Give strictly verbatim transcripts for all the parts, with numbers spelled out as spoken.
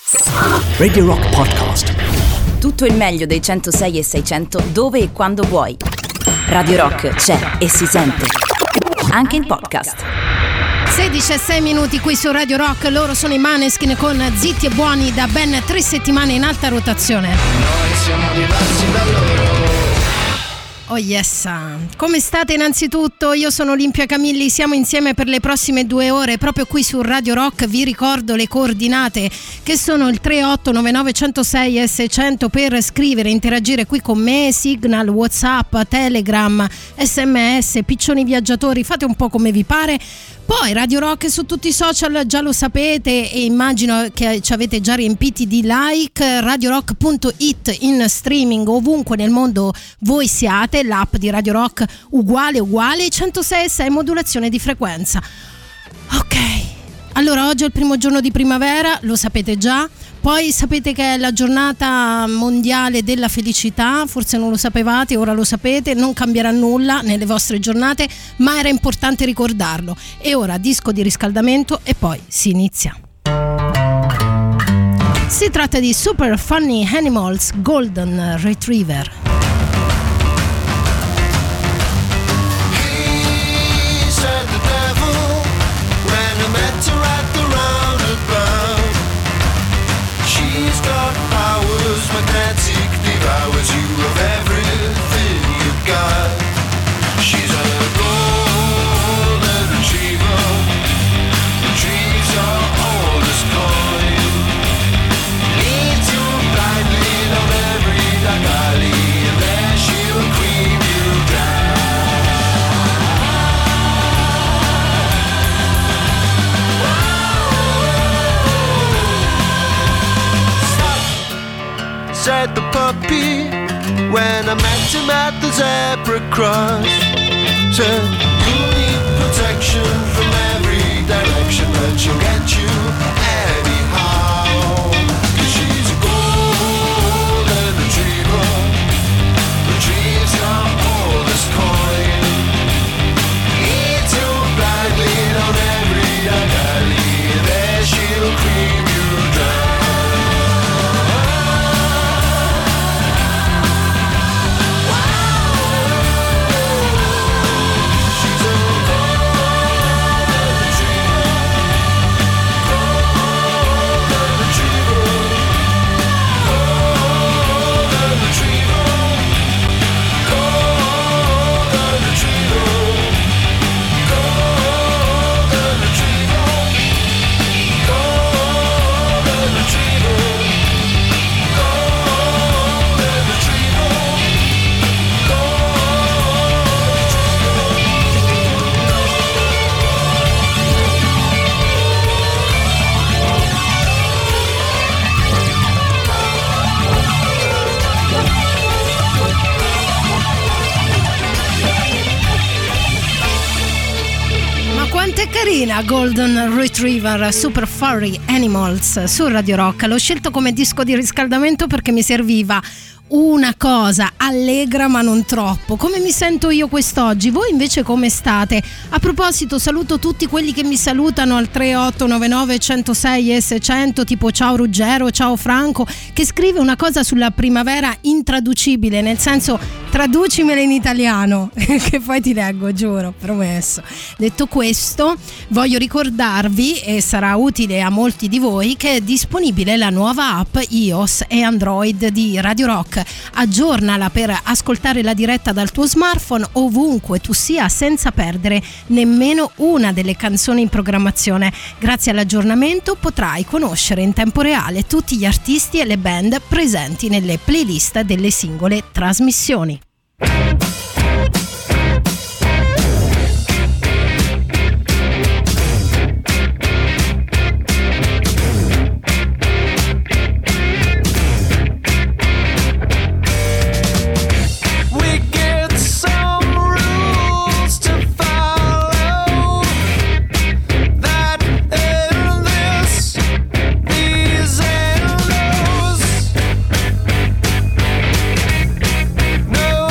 Radio Rock Podcast. Tutto il meglio dei centosei e seicento dove e quando vuoi. Radio Rock c'è e si sente anche in podcast. sedici e sei minuti qui su Radio Rock. Loro sono i Maneskin con Zitti e Buoni da ben tre settimane in alta rotazione. Noi siamo diversi da loro. Oh yes, come state innanzitutto? Io sono Olimpia Camilli, siamo insieme per le prossime due ore proprio qui su Radio Rock. Vi ricordo le coordinate che sono il tre otto nove nove uno zero sei e seicento per scrivere, interagire qui con me, Signal, WhatsApp, Telegram, sms, piccioni viaggiatori, fate un po' come vi pare. Poi Radio Rock su tutti i social, già lo sapete e immagino che ci avete già riempiti di like. radio rock punto it in streaming ovunque nel mondo voi siate, l'app di Radio Rock uguale uguale, centosei e sei modulazione di frequenza. Ok, allora oggi è il primo giorno di primavera, lo sapete già. Poi sapete che è la giornata mondiale della felicità, forse non lo sapevate, ora lo sapete, non cambierà nulla nelle vostre giornate, ma era importante ricordarlo. E ora disco di riscaldamento e poi si inizia. Si tratta di Super Funny Animals Golden Retriever. Magnetic devours you of everything you've got. She's a golden retriever, retrieves your oldest coin. Leads you blindly down every dark alley, and there she'll cream you said the puppy when I met him at the zebra cross. Said you need protection from every direction, but she'll get you anyhow. 'Cause she's a golden retriever, retrieves your oldest coin. Eats you blindly down every dark alley, there she'll cream you dry. È carina Golden Retriever Super Furry Animals su Radio Rock. L'ho scelto come disco di riscaldamento perché mi serviva una cosa allegra ma non troppo. Come mi sento io quest'oggi? Voi invece come state? A proposito, saluto tutti quelli che mi salutano al tre otto nove nove uno zero sei e seicento, tipo ciao Ruggero, ciao Franco, che scrive una cosa sulla primavera intraducibile, nel senso traducimela in italiano che poi ti leggo, giuro, promesso. Detto questo, voglio ricordarvi, e sarà utile a molti di voi, che è disponibile la nuova app iOS e Android di Radio Rock. Aggiornala per ascoltare la diretta dal tuo smartphone ovunque tu sia, senza perdere nemmeno una delle canzoni in programmazione. Grazie all'aggiornamento potrai conoscere in tempo reale tutti gli artisti e le band presenti nelle playlist delle singole trasmissioni. No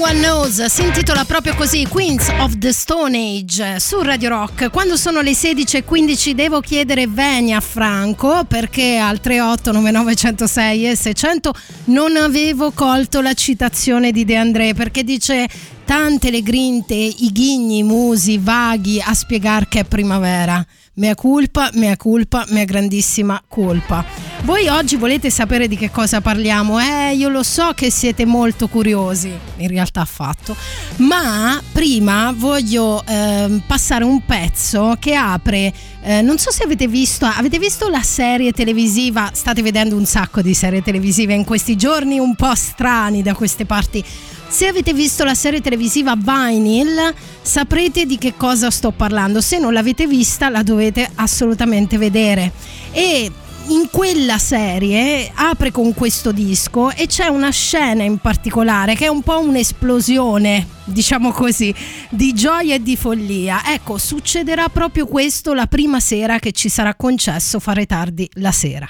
One Knows, si intitola proprio così, Queens of the Stone Age, su Radio Rock. Quando sono le sedici e quindici devo chiedere venia a Franco, perché al tre otto nove nove uno zero sei e seicento non avevo colto la citazione di De André, perché dice tante le grinte, i ghigni musi vaghi a spiegar che è primavera. Mea culpa, mea culpa, mea grandissima colpa. Voi oggi volete sapere di che cosa parliamo? Eh, io lo so che siete molto curiosi, in realtà affatto, ma prima voglio eh, passare un pezzo che apre, eh, non so se avete visto, avete visto la serie televisiva, state vedendo un sacco di serie televisive in questi giorni un po' strani da queste parti. Se avete visto la serie televisiva Vinyl saprete di che cosa sto parlando, se non l'avete vista la dovete assolutamente vedere. E in quella serie apre con questo disco e c'è una scena in particolare che è un po' un'esplosione, diciamo così, di gioia e di follia. Ecco, succederà proprio questo la prima sera che ci sarà concesso fare tardi la sera.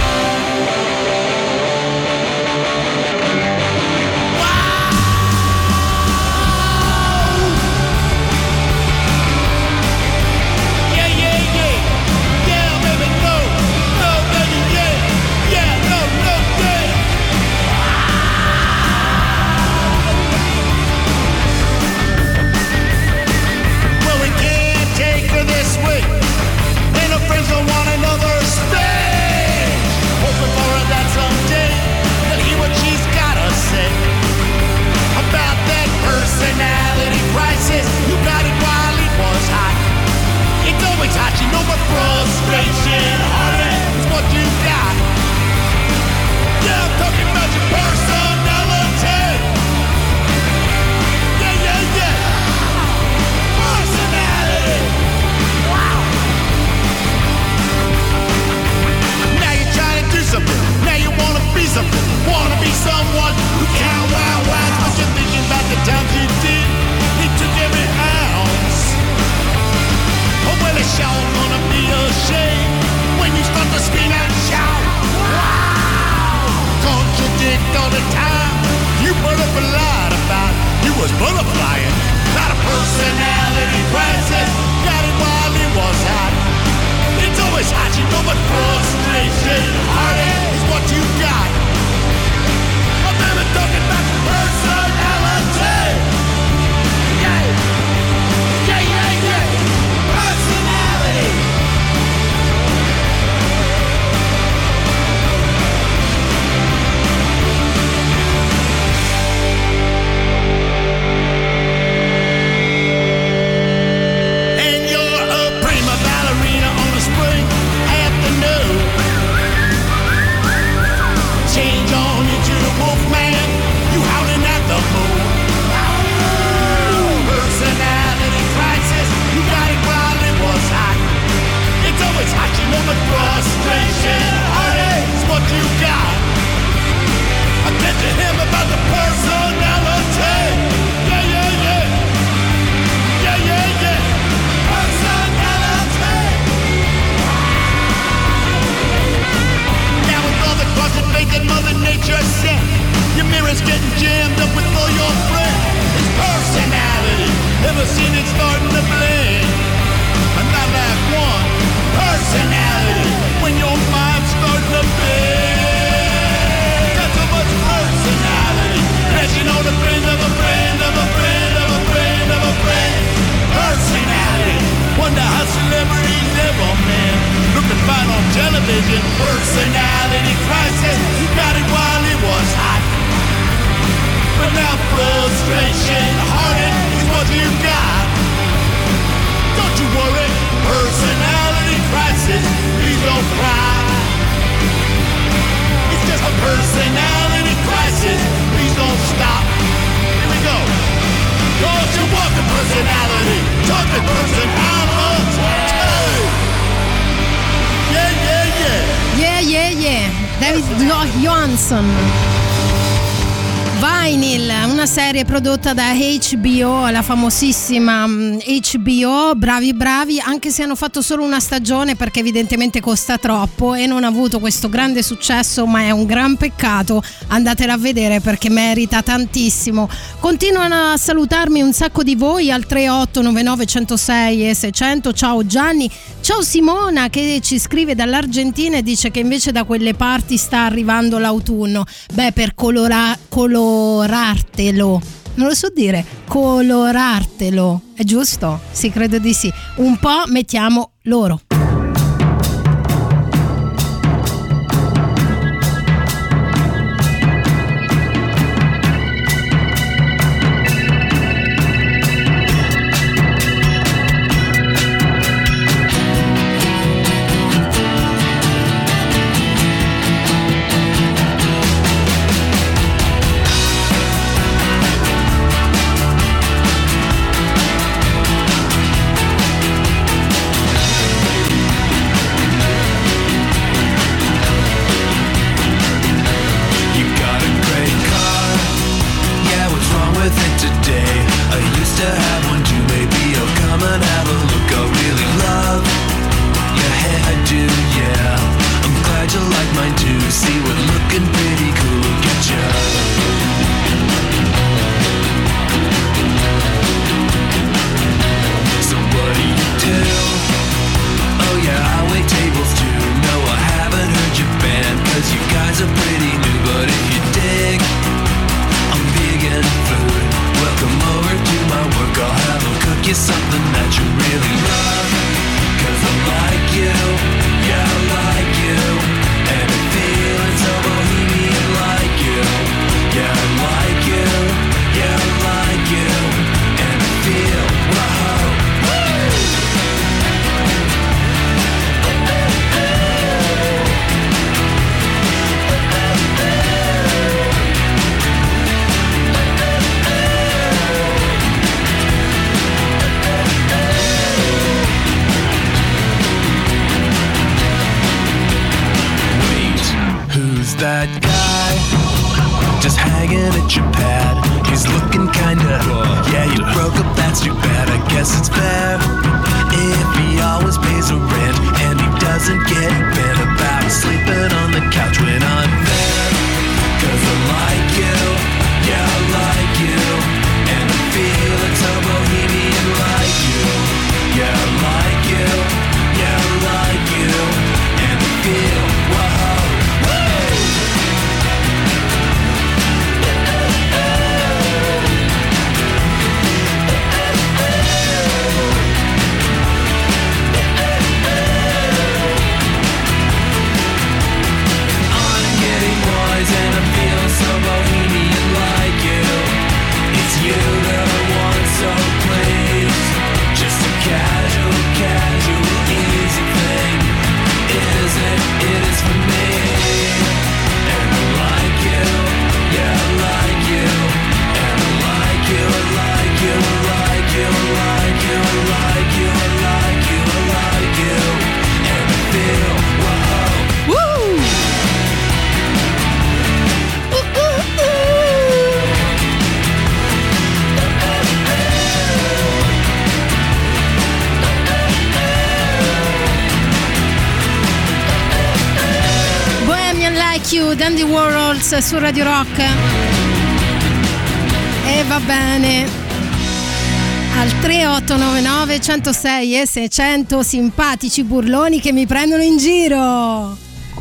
Frustration, heartache is what you got. Yeah, I'm talking about your personality. Yeah, yeah, yeah. Personality. Wow. Now you're trying to do something. Now you wanna be something. Wanna be someone who can't wow wow. But you're thinking about the times you did. He took every ounce. Oh, well, it's sure gonna be a shame when you start to scream and shout. Wow! Contradict all the time. You put up a lot about you was butterflying. Not a personality crisis. Got it while it was hot. It's always hot, you know, but frustration, heartache is what you got. I'm never talking about your personality. Yeah, yeah, yeah, yeah. Personality. And you're a prima ballerina on a spring afternoon. Change on into the wolfman, you howling at the moon. Personality crisis, you got it while it was hot. It's always hot, you know, but frustration, heartache is what you got. I bet you him about the personality. Yeah, yeah, yeah. Yeah, yeah, yeah. Personality. Now with all the crossing faith that Mother Nature sent, your mirror's getting jammed up with all your friends. It's personality. Ever seen it starting to blend? But not like one. Personality. When your mind's starting to bend. Got so much personality. Crashing on a friend of a friend of a friend of a friend of a friend. Personality. Wonder how celebrities ever met. Looking fine on television. Personality crisis. You got it while it was hot. But now frustration, heartache is what you got. Don't you worry, personality crisis, please don't cry. It's just a personality crisis, please don't stop. Here we go. Don't you want the personality? Talk the personality. Yeah, yeah, yeah. Yeah, yeah, yeah. David Jo- Johansson. Vinyl, una serie prodotta da H B O, la famosissima H B O, bravi bravi, anche se hanno fatto solo una stagione perché evidentemente costa troppo e non ha avuto questo grande successo, ma è un gran peccato, andatela a vedere perché merita tantissimo. Continuano a salutarmi un sacco di voi al tre otto nove nove uno zero sei e seicento. Ciao Gianni, ciao Simona che ci scrive dall'Argentina e dice che invece da quelle parti sta arrivando l'autunno. Beh, per colora- colorartelo, non lo so dire, colorartelo, è giusto? Sì, credo di sì. Un po' mettiamo loro. Dandy Warhols su Radio Rock. E va bene, al tre otto nove nove uno zero sei e seicento, simpatici burloni che mi prendono in giro.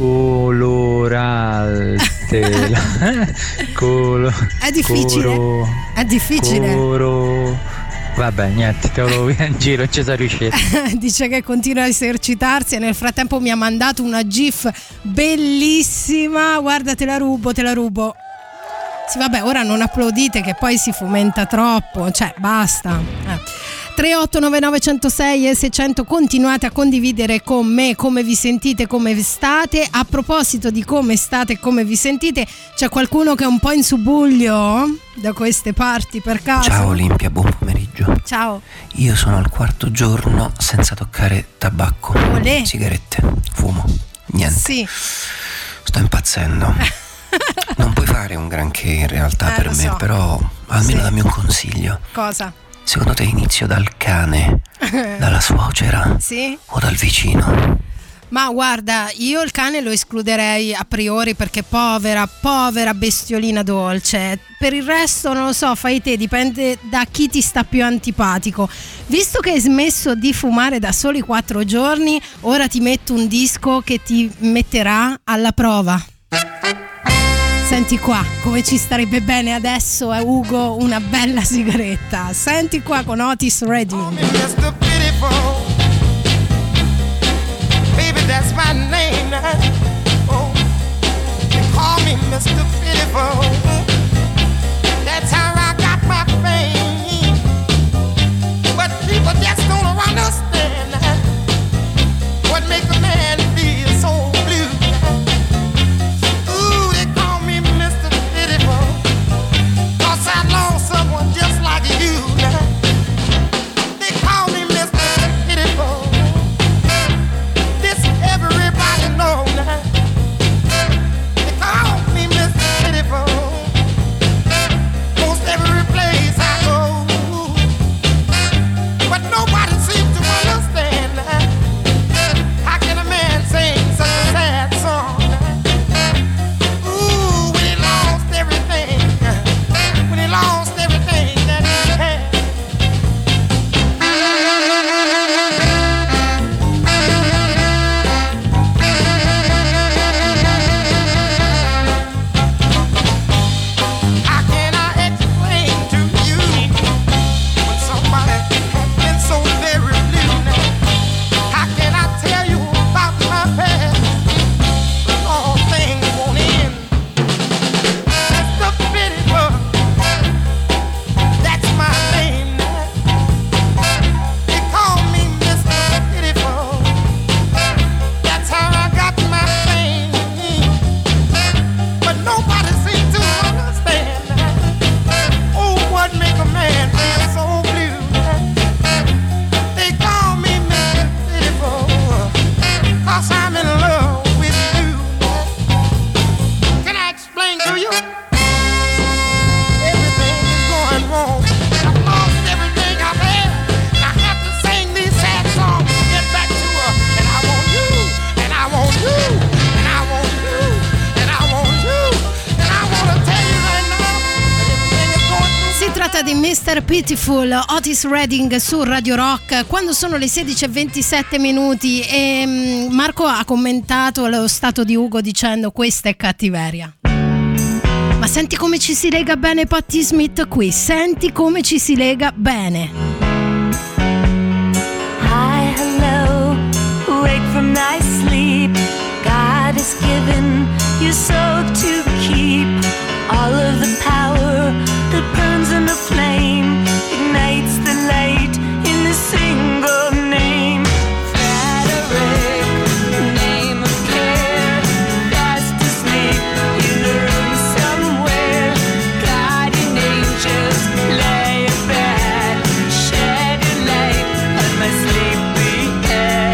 Coloratela. Colo- è difficile coro- è difficile coro- Vabbè, niente, te lo volevo in giro, ci sono riuscito. Dice che continua a esercitarsi e nel frattempo mi ha mandato una gif bellissima. Guarda, te la rubo, te la rubo. Sì, vabbè, ora non applaudite che poi si fomenta troppo, cioè basta. Eh. tre otto nove nove uno zero sei e seicento, continuate a condividere con me come vi sentite, come state. A proposito di come state e come vi sentite, c'è qualcuno che è un po' in subuglio da queste parti per caso? Ciao Olimpia, buon pomeriggio. Ciao. Io sono al quarto giorno senza toccare tabacco, Olè. sigarette, fumo, niente. Sì. Sto impazzendo. Non puoi fare un granché in realtà Eh, per lo me, so. però almeno Sì. dammi un consiglio. Cosa? Secondo te inizio dal cane, dalla suocera Sì? o dal vicino? Ma guarda, io il cane lo escluderei a priori perché povera, povera bestiolina dolce. Per il resto non lo so, fai te, dipende da chi ti sta più antipatico. Visto che hai smesso di fumare da soli quattro giorni, ora ti metto un disco che ti metterà alla prova. Senti qua, come ci starebbe bene adesso a Ugo una bella sigaretta. Senti qua con Otis Redding. mister Pitiful, baby, that's my name now. Oh, they call me mister Pitiful. That's how I got my fame. But people just don't understand what make a man feel so blue. Ooh, they call me mister Pitiful, 'cause I lost someone just like you now. They call me mister Pitiful. This everybody know now. They call me mister Pitiful. Most every place I go, but nobody seems to understand now. How can a man sing such a sad song? Ooh, when he lost everything, when he lost everything that he had. How can I explain to you when somebody has been so very blue now? How can I tell you about my past? All things won't end. That's the Pitiful. That's my name now. They call me mister Pitiful. That's how I got my fame. But nobody seems to understand that. Oh, what make a man feel so blue? They call me mister Pitiful, 'cause I'm in love with you. Can I explain to you? Everything is going wrong. I've lost everything I've had. I have to sing these sad songs to get back to her. And I want you, and I want you, and I want you, and I want you, and I want to tell you right now that everything is going through. Si tratta di mister Pitiful, Otis Redding su Radio Rock, quando sono le sedici e ventisette minuti e mm, Marco ha commentato lo stato di Ugo dicendo questa è cattiveria. Ma senti come ci si lega bene Patti Smith qui, senti come ci si lega bene. Hi, hello, wake from nice sleep. God has given you soul to keep. All of the power that burns in the flame ignites the light in a single name. Frederick, name of care, fast asleep in the room somewhere. Guardian angels lay abed, shed a light on my sleepy head.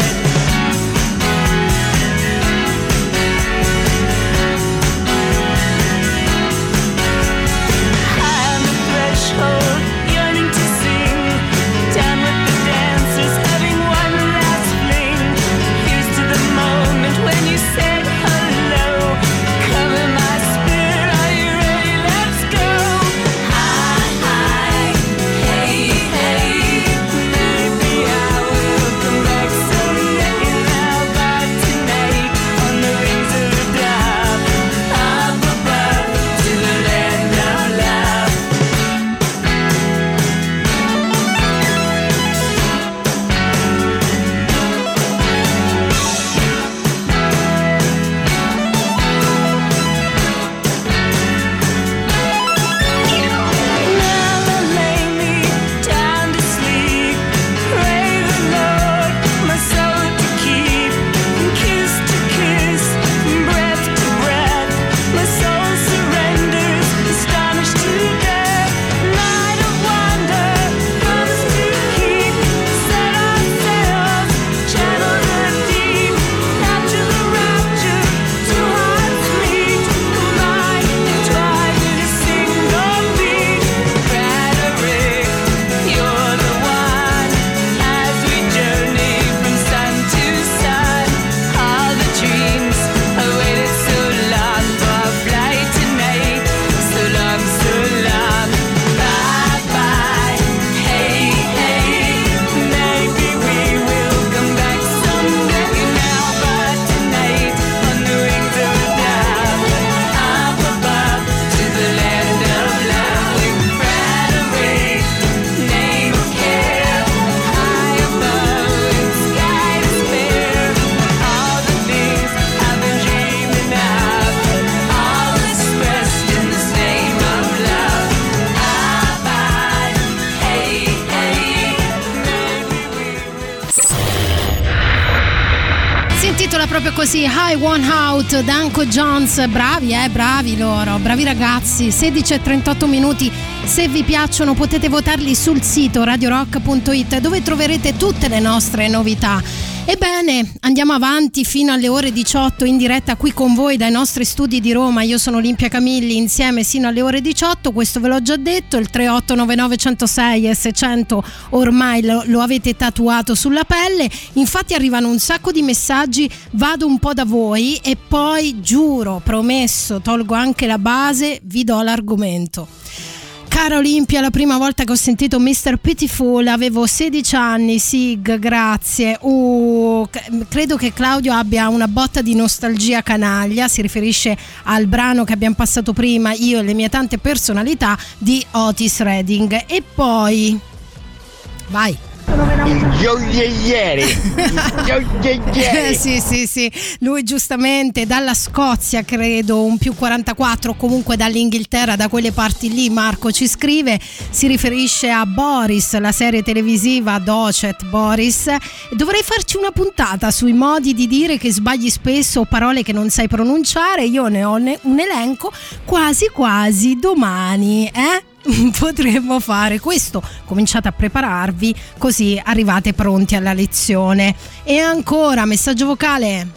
proprio così, I Want Out, Danko Jones, bravi eh, bravi loro, bravi ragazzi. Sedici e trentotto minuti, se vi piacciono potete votarli sul sito radio rock punto it, dove troverete tutte le nostre novità. Ebbene, andiamo avanti fino alle ore diciotto in diretta qui con voi dai nostri studi di Roma. Io sono Olimpia Camilli, insieme sino alle ore diciotto, questo ve l'ho già detto, il tre otto nove nove uno zero sei e seicento ormai lo, lo avete tatuato sulla pelle. Infatti arrivano un sacco di messaggi, vado un po' da voi e poi giuro, promesso, tolgo anche la base, vi do l'argomento. Cara Olimpia, la prima volta che ho sentito mister Pitiful avevo sedici anni, Sig, grazie. Uh, credo che Claudio abbia una botta di nostalgia canaglia, si riferisce al brano che abbiamo passato prima, Io e le mie tante personalità di Otis Redding. E poi, vai. Il gioielliere, il gioielliere. sì sì sì, lui giustamente dalla Scozia, credo un più quarantaquattro, comunque dall'Inghilterra, da quelle parti lì. Marco ci scrive, si riferisce a Boris, la serie televisiva Docet Boris. Dovrei farci una puntata sui modi di dire che sbagli spesso o parole che non sai pronunciare. Io ne ho un elenco, quasi quasi domani, eh? Potremmo fare questo, cominciate a prepararvi così arrivate pronti alla lezione. E ancora messaggio vocale.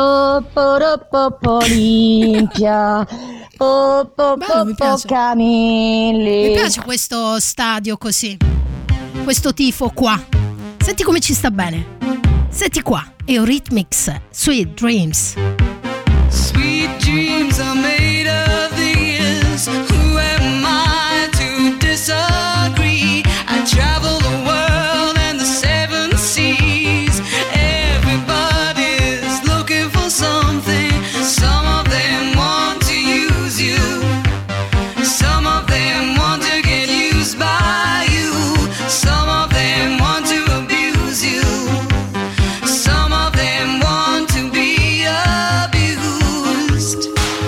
Olimpia. Bello, mi piace. Camilli. Mi piace questo stadio così, questo tifo qua. Senti come ci sta bene. Senti qua, Eurythmics, Sweet Dreams. Sweet dreams are made of these. Who am I to disagree? I travel the world and the seven seas. Everybody's looking for something. Some of them want to use you. Some of them want to get used by you. Some of them want to abuse you. Some of them want to be abused.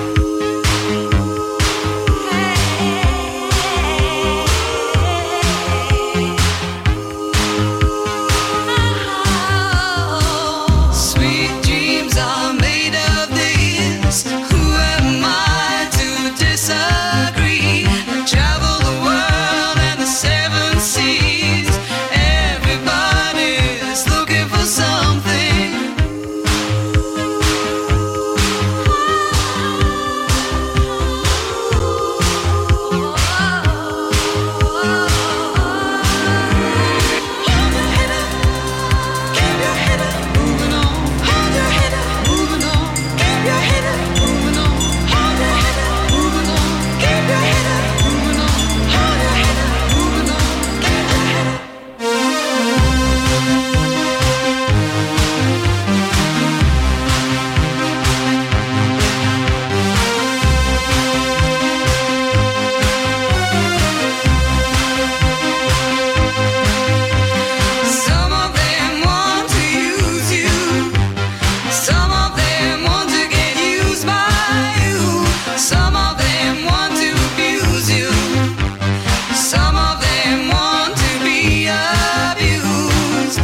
Sweet dreams are made of this. Who am I to disagree? I travel the world and the seven seas. Everybody's looking for something. Keep your head up, moving on. Hold your head up, moving on. Keep your head up, moving on. Hold your head up, moving on. Keep your head up, moving on. Hold your head up, moving on. Keep your head up. Some of them want to use you. Some of them want to get used by you. Some of them want to abuse you. Some of them want to be abused.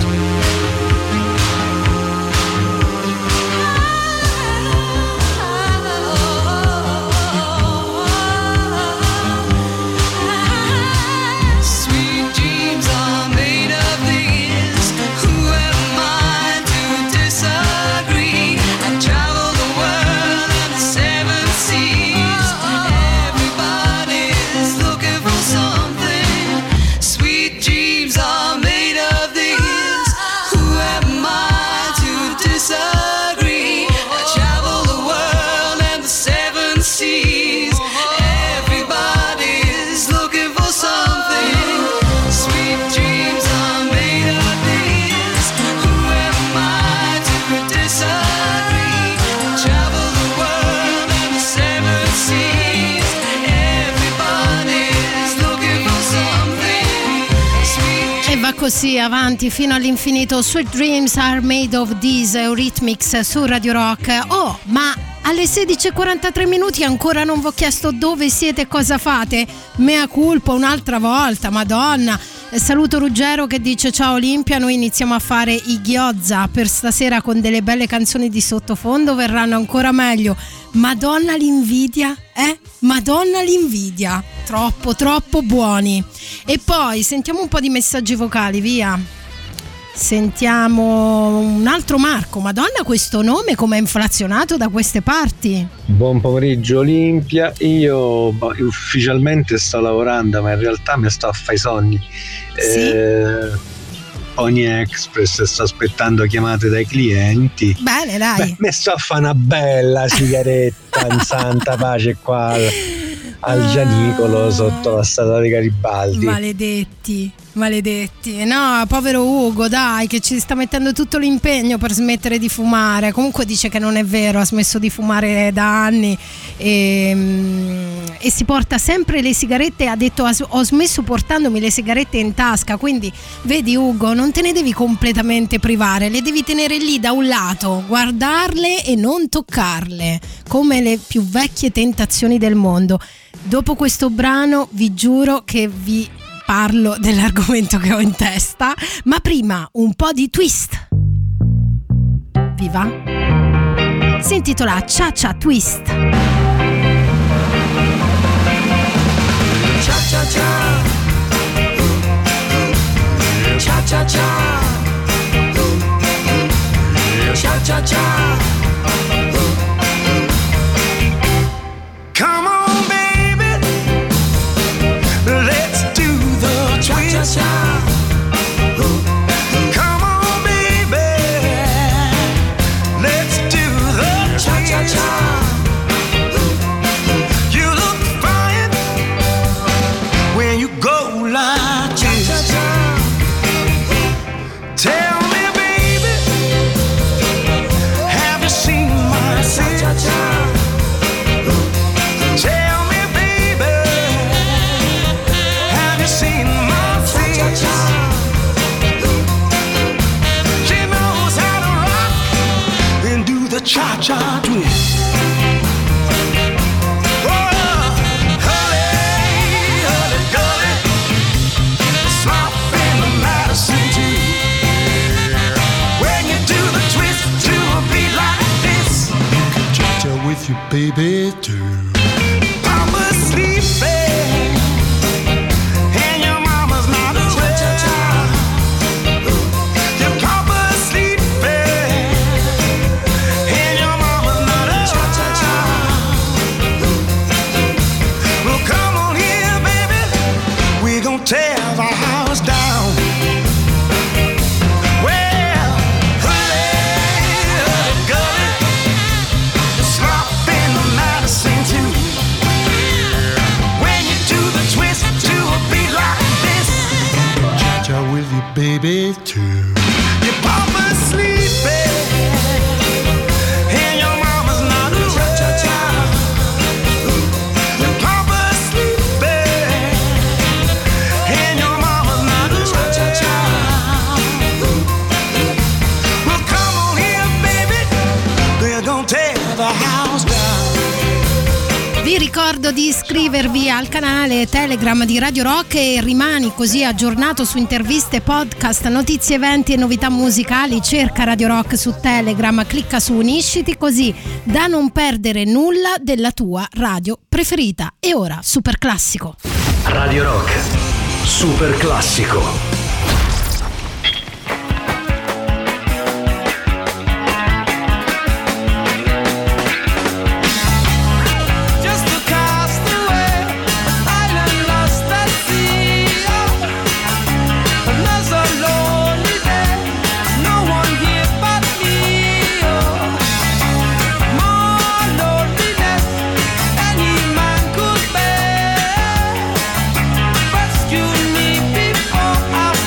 Sweet dreams are made of this. Who am I to disagree? I travel the world and the seven seas. Everybody's looking for something. Sweet dreams are made of this. Who am I to disagree? I travel the world and the seven seas. Everybody's looking for something. Sweet dreams are made of this. Who am I to disagree? I travel the world and the seven seas. Everybody's looking for something. Sweet E va così avanti fino all'infinito. Sweet Dreams are made of these, Eurythmics su Radio Rock. Oh, ma alle sedici e quarantatré minuti ancora non vi ho chiesto dove siete e cosa fate. Mea culpa un'altra volta, madonna. Saluto Ruggero che dice: ciao Olimpia, noi iniziamo a fare i ghiozza per stasera con delle belle canzoni di sottofondo, verranno ancora meglio. Madonna l'invidia, eh? Madonna l'invidia, troppo troppo buoni. E poi sentiamo un po' di messaggi vocali, via. Sentiamo un altro Marco. Madonna, questo nome come è inflazionato da queste parti. Buon pomeriggio Olimpia, io boh, ufficialmente sto lavorando, ma in realtà mi sto a fare i sogni. Sì? eh, Pony Express, sto aspettando chiamate dai clienti. Bene, dai. Beh, mi sto a fare una bella sigaretta in santa pace qua al, al Gianicolo sotto la statua di Garibaldi. Maledetti, maledetti. No, povero Ugo, dai, che ci sta mettendo tutto l'impegno per smettere di fumare. Comunque dice che non è vero, ha smesso di fumare da anni e, e si porta sempre le sigarette. Ha detto: ho smesso portandomi le sigarette in tasca. Quindi vedi Ugo, non te ne devi completamente privare, le devi tenere lì da un lato, guardarle e non toccarle, come le più vecchie tentazioni del mondo. Dopo questo brano vi giuro che vi parlo dell'argomento che ho in testa, ma prima un po' di twist. Viva? Si intitola Cha Cha Twist. Cha cha cha, cha cha cha, cha cha cha. Come on, baby, let's do the twist. Come on, baby, let's do the twist. You look fine when you go like this. Tell me, baby, have you seen my face? Tell me, baby, have you seen my face? She knows how to rock and do the cha-cha twist. With you, baby, too. I'm sleeping, and your mama's not aware. Your papa's sleeping, and your mama's not aware. Well, come on here, baby, we're gonna tear the house down. With you, baby, too. Your papa's sleeping, and your mama's not around. Your papa's sleeping, and your mama's not around. Well, come on here, baby, we're gonna tear the house down. Vi ricordo di iscrivervi al canale Telegram di Radio Rock e rimani così aggiornato su interviste, podcast, notizie, eventi e novità musicali. Cerca Radio Rock su Telegram, clicca su Unisciti così da non perdere nulla della tua radio preferita. E ora Super Classico. Radio Rock Super Classico. Rescue me before I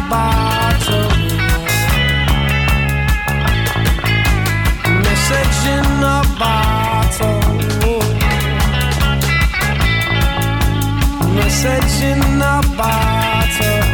bottle. Message in a bottle. Message in a bottle.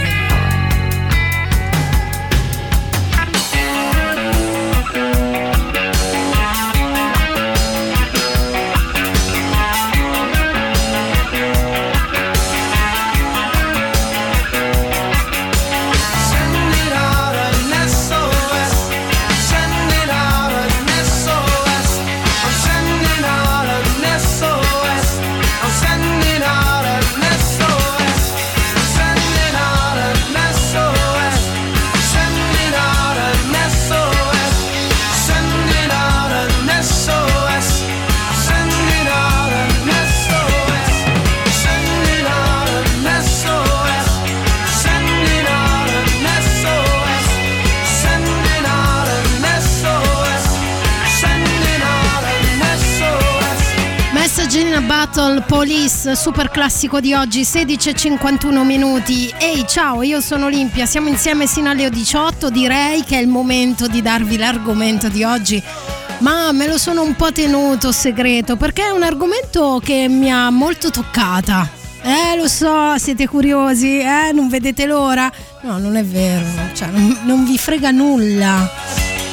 Battle Police, super classico di oggi, sedici e cinquantuno minuti. Ehi, ciao, io sono Olimpia, siamo insieme sino alle diciotto. Direi che è il momento di darvi l'argomento di oggi, ma me lo sono un po' tenuto segreto perché è un argomento che mi ha molto toccata. Eh, lo so, siete curiosi, eh, non vedete l'ora? No, non è vero, cioè non, non vi frega nulla.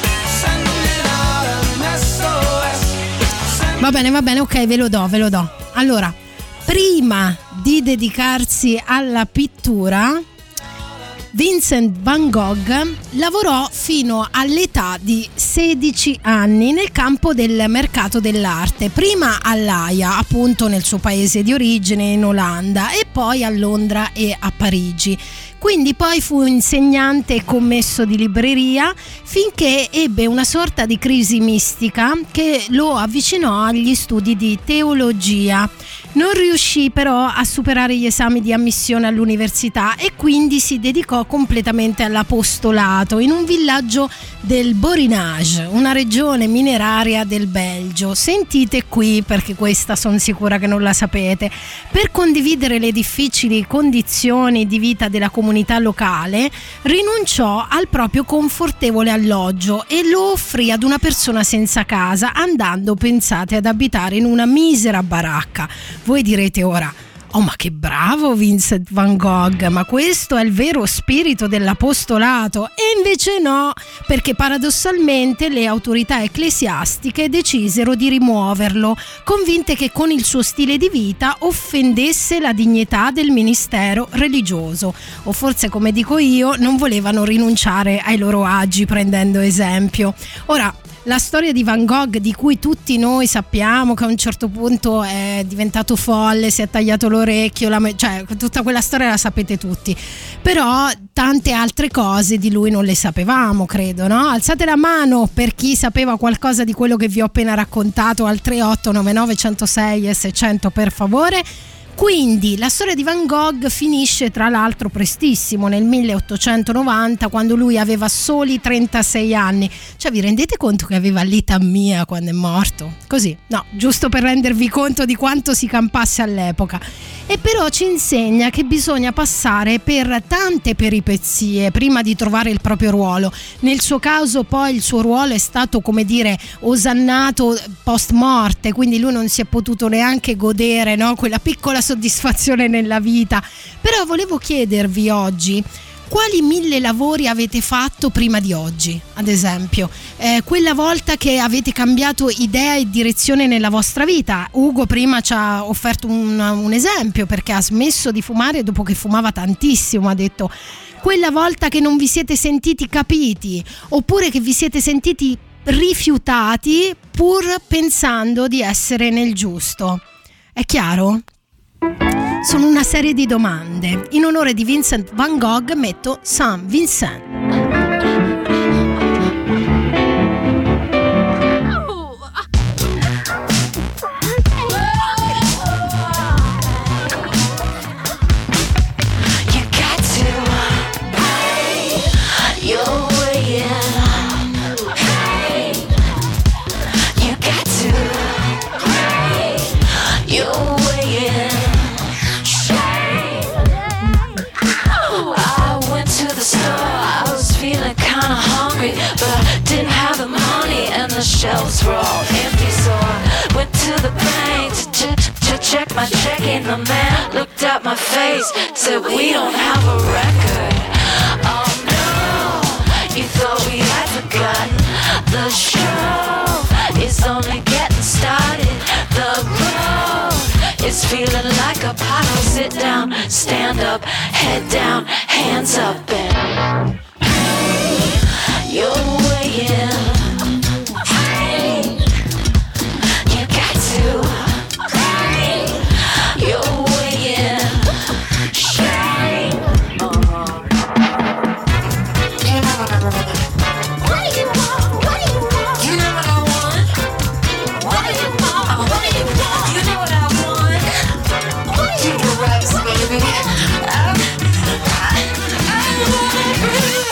Va bene, va bene, ok, ve lo do, ve lo do. Allora, prima di dedicarsi alla pittura, Vincent van Gogh lavorò fino all'età di sedici anni nel campo del mercato dell'arte, prima all'Aia, appunto nel suo paese di origine in Olanda, e poi a Londra e a Parigi. Quindi poi fu insegnante e commesso di libreria finché ebbe una sorta di crisi mistica che lo avvicinò agli studi di teologia. Non riuscì però a superare gli esami di ammissione all'università e quindi si dedicò completamente all'apostolato in un villaggio del Borinage, una regione mineraria del Belgio. Sentite qui, perché questa sono sicura che non la sapete. Per condividere le difficili condizioni di vita della comunità locale, rinunciò al proprio confortevole alloggio e lo offrì ad una persona senza casa, andando, pensate, ad abitare in una misera baracca. Voi direte ora: oh, ma che bravo Vincent van Gogh, ma questo è il vero spirito dell'apostolato. E invece no, perché paradossalmente le autorità ecclesiastiche decisero di rimuoverlo, convinte che con il suo stile di vita offendesse la dignità del ministero religioso, o forse, come dico io, non volevano rinunciare ai loro agi prendendo esempio. Ora, la storia di Van Gogh, di cui tutti noi sappiamo che a un certo punto è diventato folle, si è tagliato l'orecchio, la, cioè tutta quella storia la sapete tutti, però tante altre cose di lui non le sapevamo, credo, no? Alzate la mano per chi sapeva qualcosa di quello che vi ho appena raccontato al tre otto nove nove uno zero sei sei zero zero, per favore. Quindi la storia di Van Gogh finisce tra l'altro prestissimo, nel milleottocentonovanta, quando lui aveva soli trentasei anni. Cioè, vi rendete conto che aveva l'età mia quando è morto? Così, no, giusto per rendervi conto di quanto si campasse all'epoca. E però ci insegna che bisogna passare per tante peripezie prima di trovare il proprio ruolo. Nel suo caso poi il suo ruolo è stato, come dire, osannato post morte, quindi lui non si è potuto neanche godere, no, quella piccola soddisfazione nella vita. Però volevo chiedervi oggi: quali mille lavori avete fatto prima di oggi, ad esempio? Eh, quella volta che avete cambiato idea e direzione nella vostra vita. Ugo prima ci ha offerto un, un esempio, perché ha smesso di fumare dopo che fumava tantissimo. Ha detto: quella volta che non vi siete sentiti capiti, oppure che vi siete sentiti rifiutati pur pensando di essere nel giusto. È chiaro? Sono una serie di domande. In onore di Vincent van Gogh metto Saint Vincent. To the the shelves were all empty, so I went to the bank to, ch- to check my checking. The man looked at my face, said we don't have a record. Oh no, you thought we had forgotten. The show is only getting started. The road is feeling like a pothole. Sit down, stand up, head down, hands up and you're weighing. Hey, you got to. Hey, you're weighing. Shine. Uh-huh. You know what I want. What do you want? What do you want? You know what I want. What do you want? What do you want? You know what I want. What do you want? Raps, baby. I, I, I want it.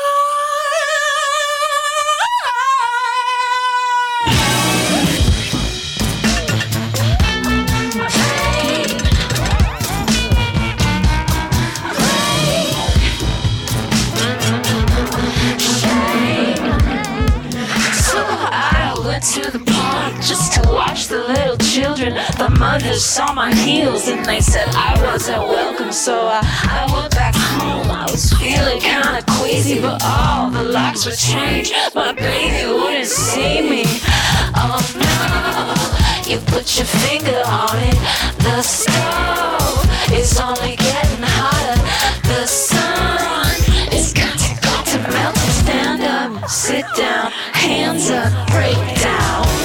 To the park just to watch the little children. The mothers saw my heels and they said I wasn't welcome, so I, I went back home. I was feeling kinda queasy, but all the locks were changed. My baby wouldn't see me. Oh no, you put your finger on it. The stove is only getting hotter. The sun is got to, got to melt. Stand up, sit down, hands up, break down.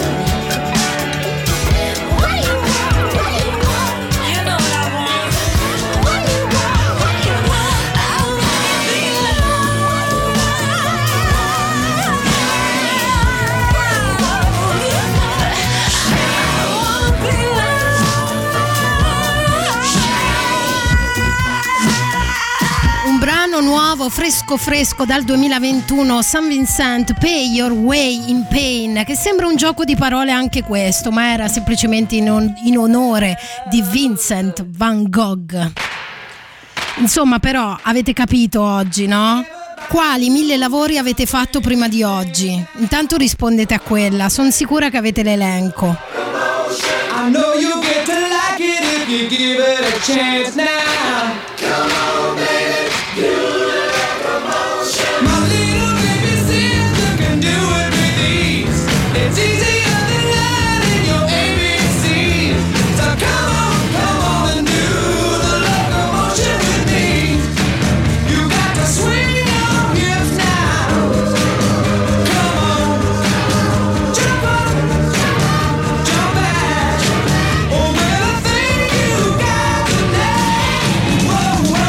Nuovo, fresco fresco dal duemilaventuno, Saint Vincent, Pay Your Way in Pain, che sembra un gioco di parole anche questo, ma era semplicemente in, on- in onore di Vincent van Gogh. Insomma, però avete capito oggi, no? Quali mille lavori avete fatto prima di oggi? Intanto rispondete a quella, sono sicura che avete l'elenco. I know you get to like it if you give it a chance now. Come on, baby, do the promotion. My little baby says you can do it with ease. It's easier than learning your A B Cs. So come on, come on and do the locomotion with me. You got to swing your hips now. Come on, jump up, jump back. Oh, well, I think you got today. Whoa, whoa.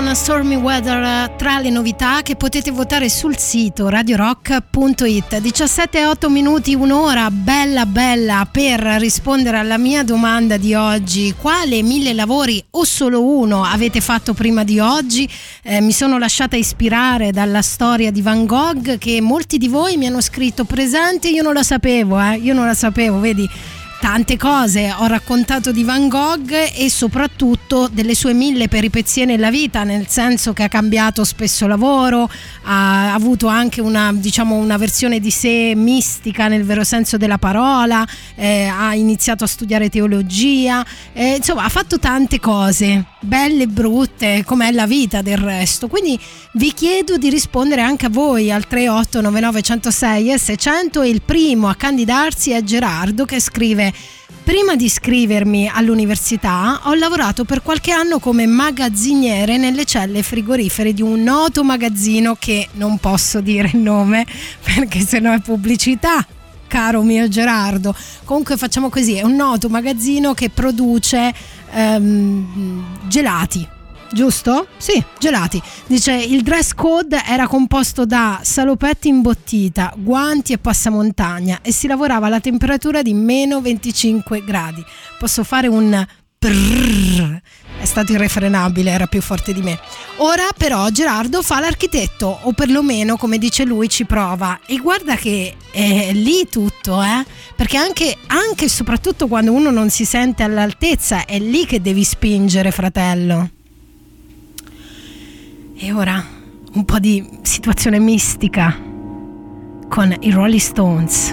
con Stormy Weather tra le novità che potete votare sul sito radio rock punto it. diciassette e otto minuti, un'ora bella bella per rispondere alla mia domanda di oggi: quale mille lavori o solo uno avete fatto prima di oggi? Eh, mi sono lasciata ispirare dalla storia di Van Gogh, che molti di voi mi hanno scritto presente, io non la sapevo, eh, io non la sapevo, vedi. Tante cose ho raccontato di Van Gogh e soprattutto delle sue mille peripezie nella vita, nel senso che ha cambiato spesso lavoro, ha avuto anche una, diciamo, una versione di sé mistica nel vero senso della parola, eh, ha iniziato a studiare teologia, eh, insomma ha fatto tante cose, belle e brutte, com'è la vita del resto. Quindi vi chiedo di rispondere anche a voi al tre otto nove nove uno zero sei seicento, e il primo a candidarsi è Gerardo, che scrive: prima di iscrivermi all'università ho lavorato per qualche anno come magazziniere nelle celle frigorifere di un noto magazzino che non posso dire il nome perché sennò è pubblicità, caro mio Gerardo. Comunque facciamo così, è un noto magazzino che produce um, gelati, giusto? Sì, gelati. Dice: il dress code era composto da salopetti imbottita, guanti e passamontagna e si lavorava alla temperatura di meno venticinque gradi. Posso fare un prrrr. È stato irrefrenabile, era più forte di me. Ora però Gerardo fa l'architetto, o perlomeno, come dice lui, ci prova. E guarda che è lì tutto, eh? Perché anche, anche e soprattutto quando uno non si sente all'altezza, è lì che devi spingere, fratello. E ora un po' di situazione mistica con i Rolling Stones.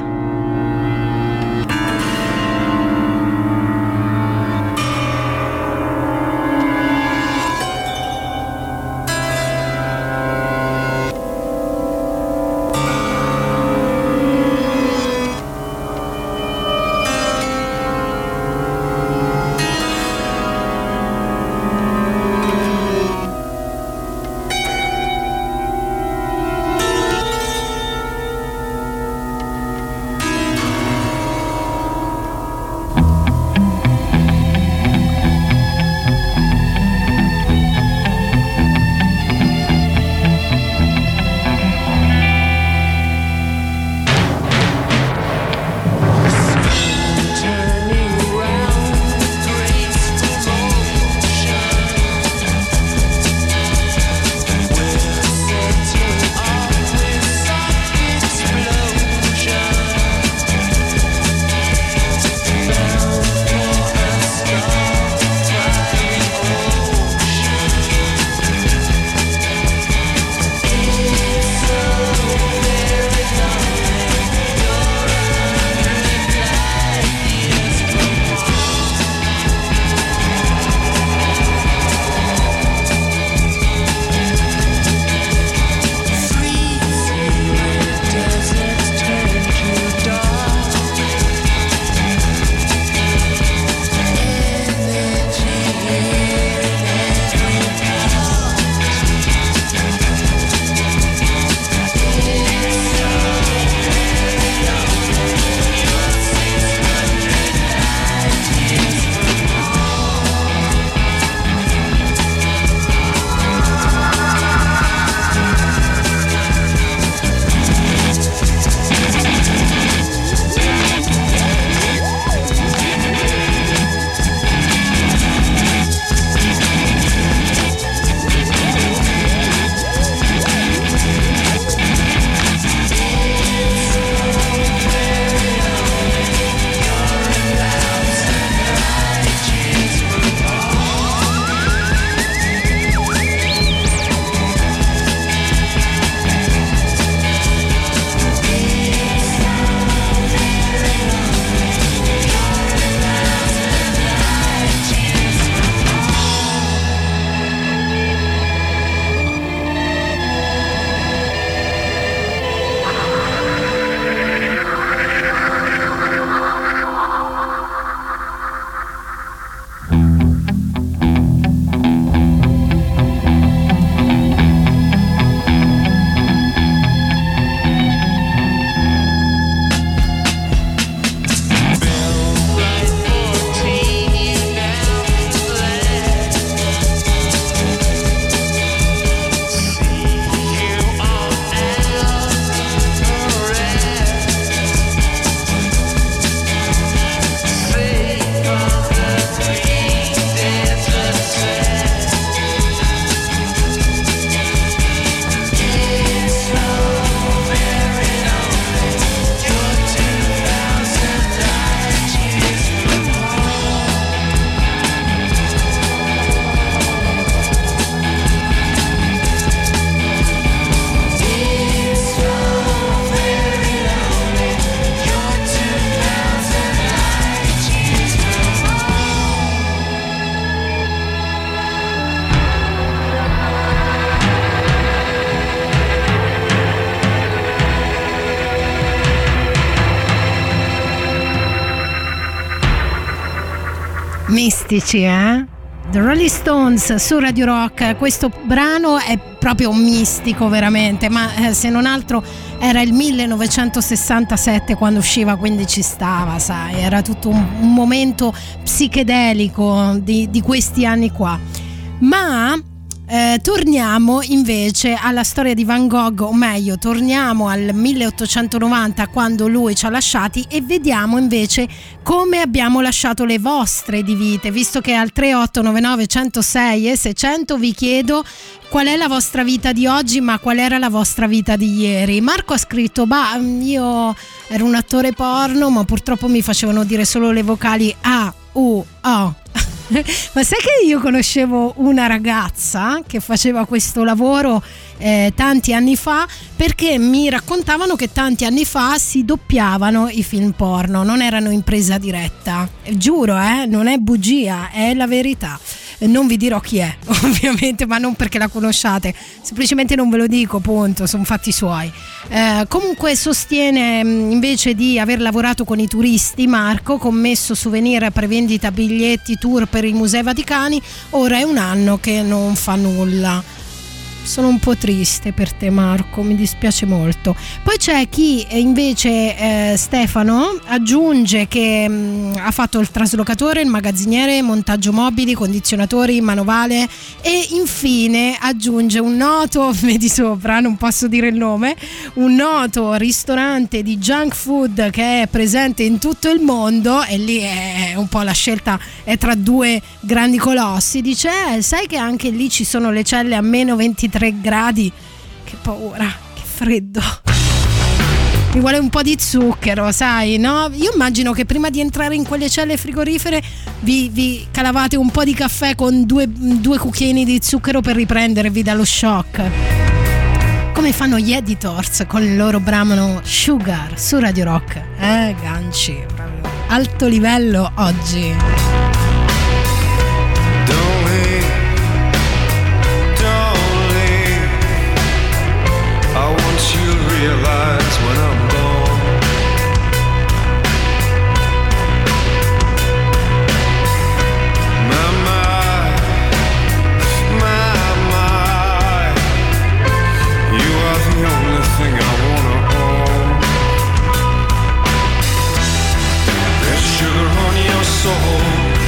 Mistici, eh? The Rolling Stones su Radio Rock. Questo brano è proprio mistico veramente, ma eh, se non altro era il millenovecentosessantasette quando usciva, quindi ci stava, sai, era tutto un, un momento psichedelico di, di questi anni qua. Ma Eh, torniamo invece alla storia di Van Gogh, o meglio torniamo al milleottocentonovanta, quando lui ci ha lasciati, e vediamo invece come abbiamo lasciato le vostre di vite, visto che al tre otto nove nove uno zero sei e seicento vi chiedo qual è la vostra vita di oggi, ma qual era la vostra vita di ieri. Marco ha scritto: bah, io ero un attore porno, ma purtroppo mi facevano dire solo le vocali A, U, O. Ma sai che io conoscevo una ragazza che faceva questo lavoro eh, tanti anni fa, perché mi raccontavano che tanti anni fa si doppiavano i film porno, non erano in presa diretta. Giuro, eh, non è bugia, è la verità. Non vi dirò chi è, ovviamente, ma non perché la conosciate, semplicemente non ve lo dico, punto, sono fatti suoi. Eh, comunque sostiene invece di aver lavorato con i turisti, Marco, commesso souvenir, prevendita biglietti, tour per i musei vaticani. Ora è un anno che non fa nulla. Sono un po' triste per te, Marco, mi dispiace molto. Poi c'è chi invece, eh, Stefano, aggiunge che mh, ha fatto il traslocatore, il magazziniere, montaggio mobili, condizionatori, manovale, e infine aggiunge un noto, vedi sopra, non posso dire il nome, un noto ristorante di junk food che è presente in tutto il mondo, e lì è un po' la scelta è tra due grandi colossi. Dice, eh, sai che anche lì ci sono le celle a meno ventitré gradi, che paura, che freddo, mi vuole un po' di zucchero, sai, no? Io immagino che prima di entrare in quelle celle frigorifere vi, vi calavate un po' di caffè con due, due cucchiaini di zucchero per riprendervi dallo shock, come fanno gli editors con il loro brano Sugar su Radio Rock. Eh, ganci, proprio alto livello oggi. I want you to realize when I'm gone, my, my, my, my, you are the only thing I wanna own. There's sugar on your soul,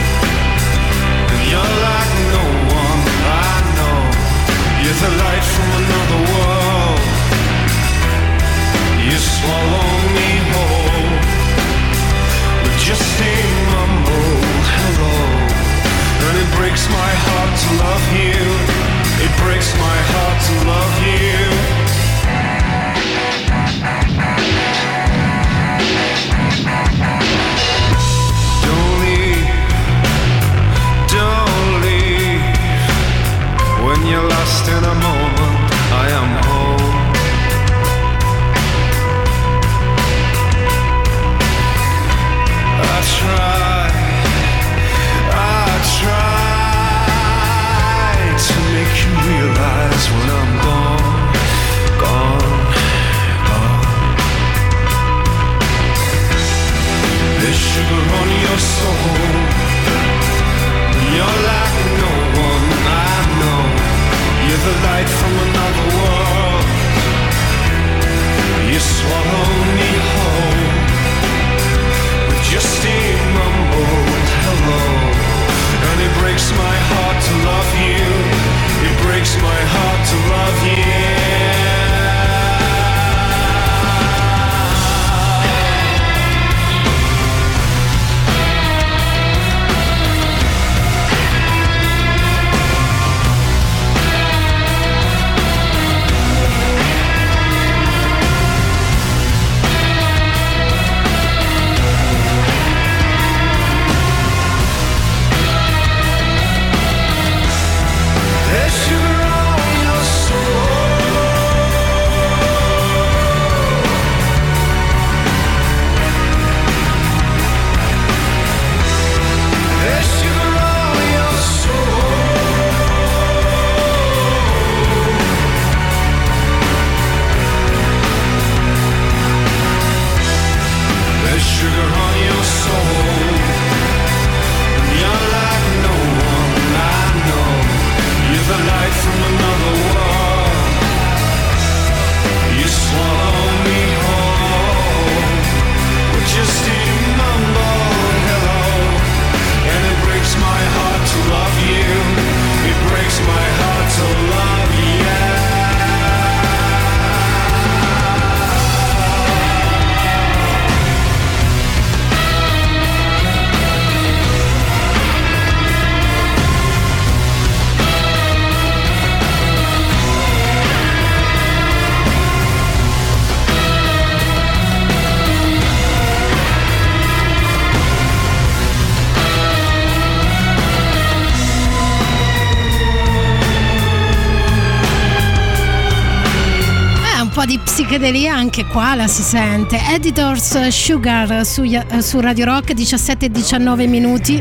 po' di psichedelia anche qua la si sente. Editors Sugar su, su Radio Rock, diciassette e diciannove minuti.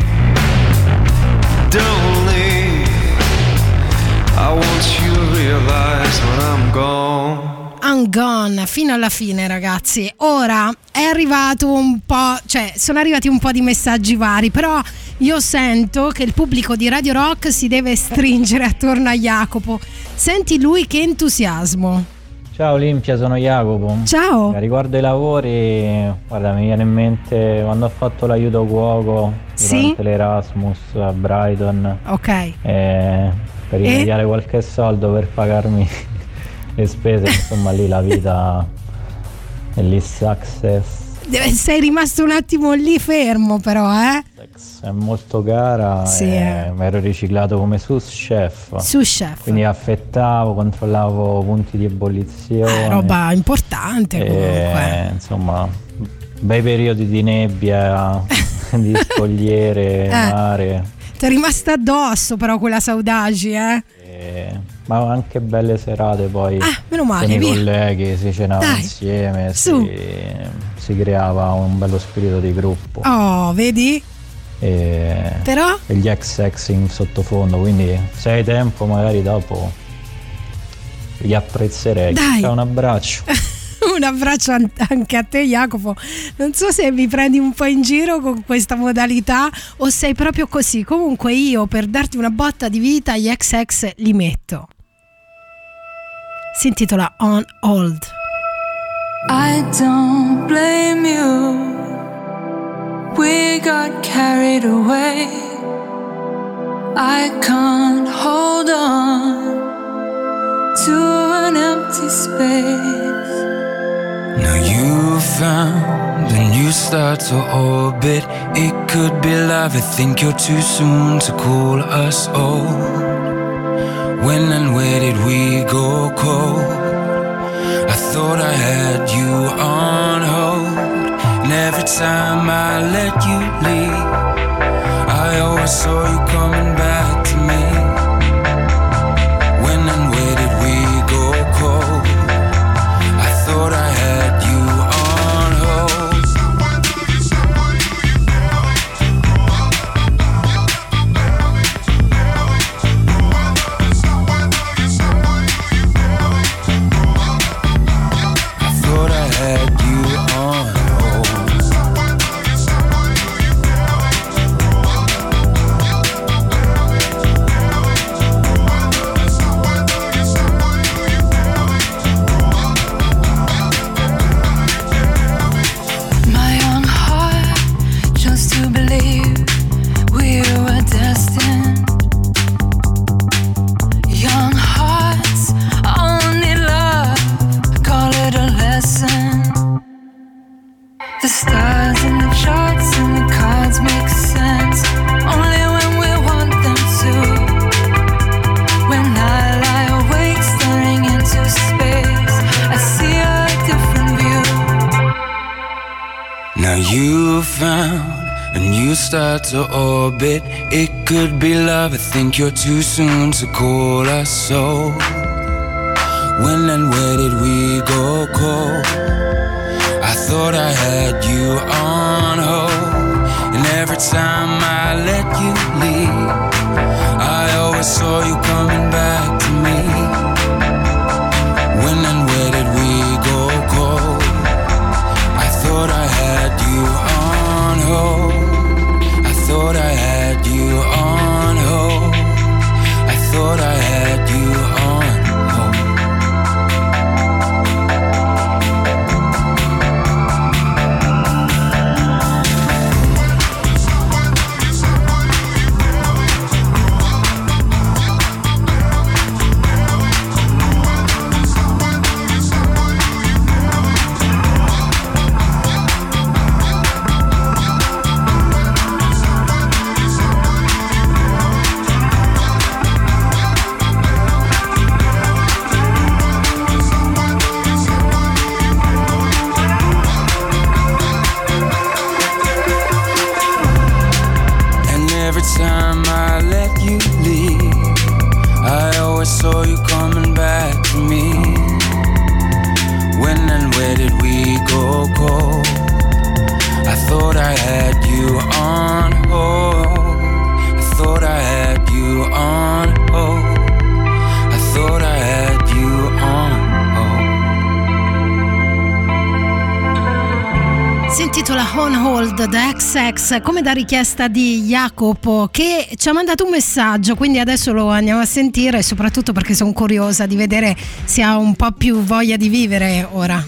Don't leave. I want you to realize when I'm gone. I'm gone, fino alla fine, ragazzi. Ora è arrivato un po', cioè sono arrivati un po' di messaggi vari, però io sento che il pubblico di Radio Rock si deve stringere attorno a Jacopo. Senti lui che entusiasmo. Ciao Olimpia, sono Jacopo. Ciao. Riguardo ai lavori, guarda, mi viene in mente quando ho fatto l'aiuto cuoco durante sì? l'Erasmus a Brighton. Ok. Eh, per rimediare qualche soldo per pagarmi le spese, insomma lì la vita è lì success. Sei rimasto un attimo lì fermo però, eh? È molto cara, sì, e eh. mi ero riciclato come sous chef. Sous chef. Quindi affettavo, controllavo punti di ebollizione. Eh, roba importante e, comunque. Insomma, bei periodi di nebbia, di scogliere, eh. mare. Ti è rimasta addosso però quella saudagi, eh? E, ma anche belle serate poi. Ah, meno male, con i via. colleghi, si cenava Dai, insieme, su. si, si creava un bello spirito di gruppo. Oh, vedi? E, Però? e gli ex-ex in sottofondo, quindi se hai tempo magari dopo li apprezzerei. Dai. Ciao, un abbraccio. Un abbraccio anche a te, Jacopo. Non so se mi prendi un po' in giro con questa modalità o sei proprio così. Comunque io, per darti una botta di vita, gli ex-ex li metto. Si intitola On Hold. I don't blame you. We got carried away. I can't hold on to an empty space. Now you found a new star to orbit. It could be love. I think you're too soon to call us old. When and where did we go cold? I thought I had you on hold. And every time I let you leave, I always saw you coming back to me. When and where did we go cold? I thought I had you on hold. I thought I had you on hold. My young heart chose to believe we were destined. Young hearts only love, call it a lesson. The stars and the charts and the cards make sense only when we want them to. When I lie awake staring into space, I see a different view. Now you found a new star to orbit. It could be love. I think you're too soon to call us so. When and where did we go cold? I thought I had you on hold. And every time I let you leave, I always saw you coming back to me. When and where did we go cold? I thought I had you on hold. I thought I had you on hold. I thought I had you on hold. appunto la On Hold da X X, come da richiesta di Jacopo, che ci ha mandato un messaggio, quindi adesso lo andiamo a sentire, soprattutto perché sono curiosa di vedere se ha un po' più voglia di vivere ora.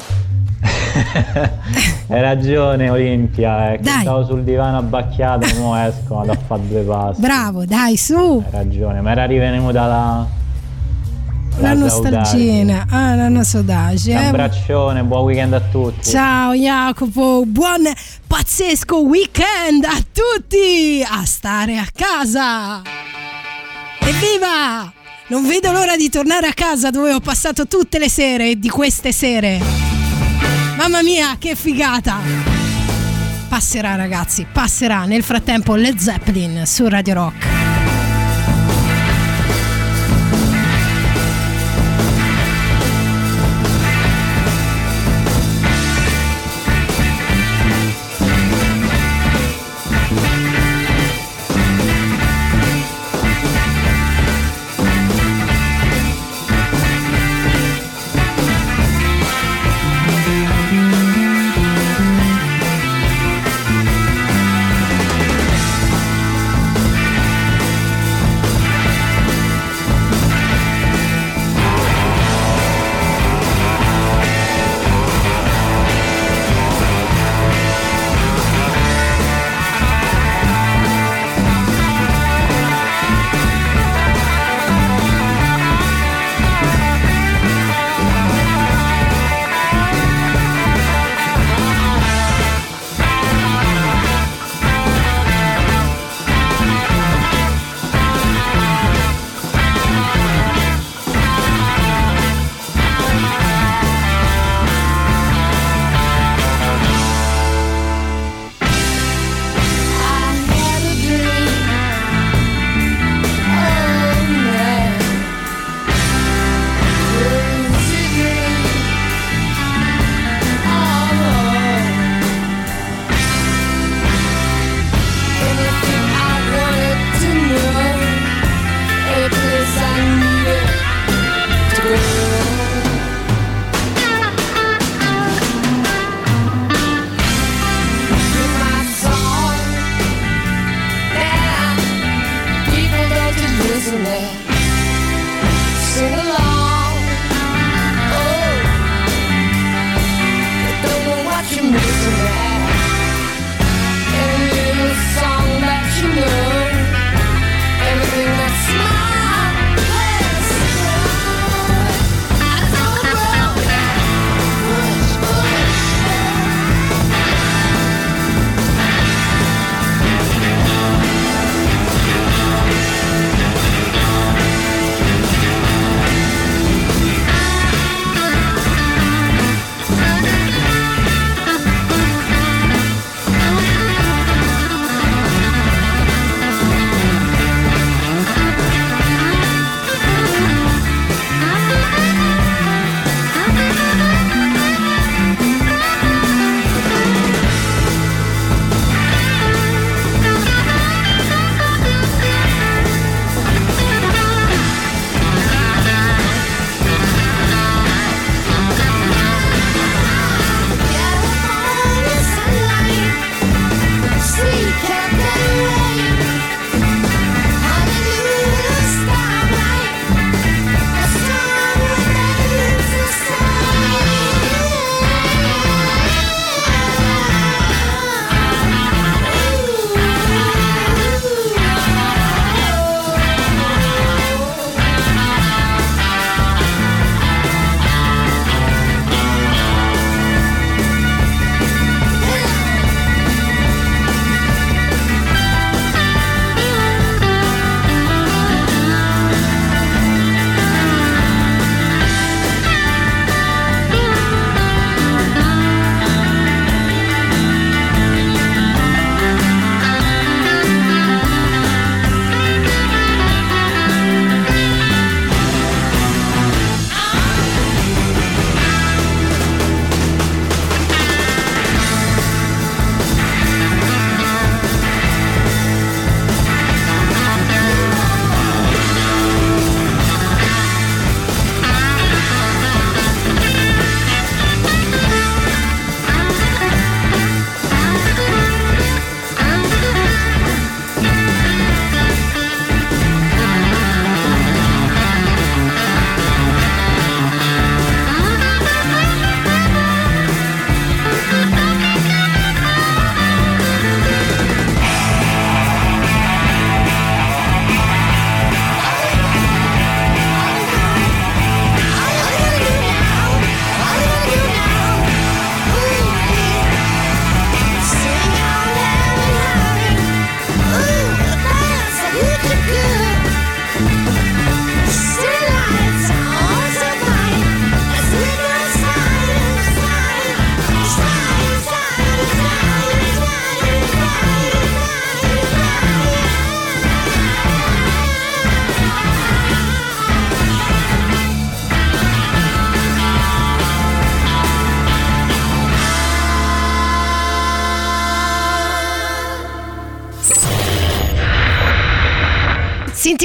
Hai ragione Olimpia, è che Dai. stavo sul divano abbacchiato, mo esco, vado a fare due passi. Bravo, dai, su. Hai ragione, ma era rivenuta la La nostalgina, ah, la nostalgia. Un eh. abbraccione, buon weekend a tutti. Ciao Jacopo, buon pazzesco weekend a tutti, a stare a casa. Evviva! Non vedo l'ora di tornare a casa dove ho passato tutte le sere di queste sere. Mamma mia, che figata! Passerà ragazzi, passerà. Nel frattempo Led Zeppelin su Radio Rock.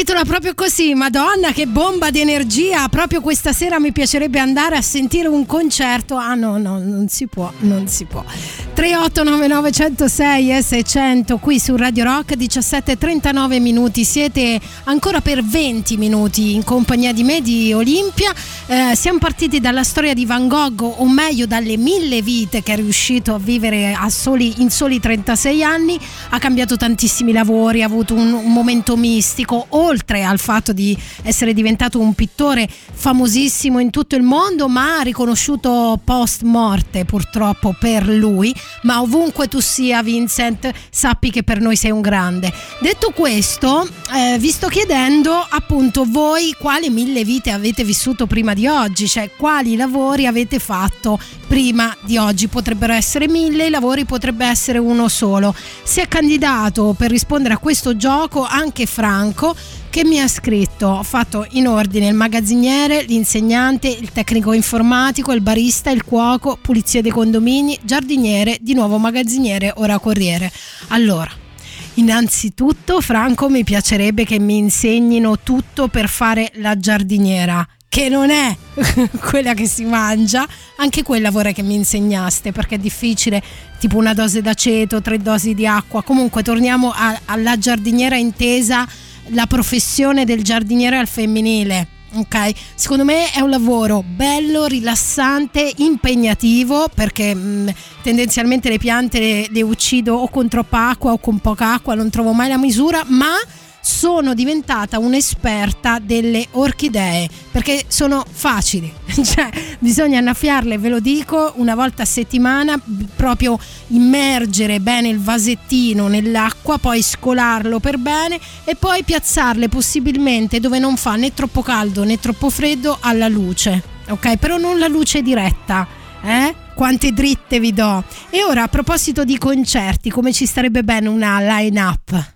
intitola proprio così. Madonna, che bomba di energia. Proprio questa sera mi piacerebbe andare a sentire un concerto. Ah no, no, non si può, non si può. tre otto nove nove uno zero sei e seicento qui su Radio Rock. Diciassette e trentanove minuti. Siete ancora per venti minuti in compagnia di me, di Olimpia. eh, Siamo partiti dalla storia di Van Gogh, o meglio dalle mille vite che è riuscito a vivere a soli, in soli trentasei anni. Ha cambiato tantissimi lavori, ha avuto un, un momento mistico, oltre al fatto di essere diventato un pittore famosissimo in tutto il mondo, ma riconosciuto post morte purtroppo per lui. Ma ovunque tu sia, Vincent, sappi che per noi sei un grande. Detto questo, eh, vi sto chiedendo appunto voi quali mille vite avete vissuto prima di oggi, cioè quali lavori avete fatto prima di oggi. Potrebbero essere mille, i lavori potrebbe essere uno solo. Si è candidato per rispondere a questo gioco anche Franco, che mi ha scritto: ho fatto in ordine il magazziniere, l'insegnante, il tecnico informatico, il barista, il cuoco, pulizia dei condomini, giardiniere, di nuovo magazziniere, ora corriere. Allora, innanzitutto, Franco, mi piacerebbe che mi insegnino tutto per fare la giardiniera, che non è quella che si mangia. Anche quella vorrei che mi insegnaste, perché è difficile, tipo una dose d'aceto, tre dosi di acqua. Comunque torniamo a, alla giardiniera intesa, la professione del giardiniere al femminile. Ok, secondo me è un lavoro bello, rilassante, impegnativo, perché mh, tendenzialmente le piante le, le uccido o con troppa acqua o con poca acqua, non trovo mai la misura, ma sono diventata un'esperta delle orchidee, perché sono facili, cioè bisogna annaffiarle, ve lo dico, una volta a settimana, proprio immergere bene il vasettino nell'acqua, poi scolarlo per bene e poi piazzarle possibilmente dove non fa né troppo caldo né troppo freddo, alla luce, ok? Però non la luce diretta, eh? Quante dritte vi do. E ora, a proposito di concerti, come ci starebbe bene una line-up?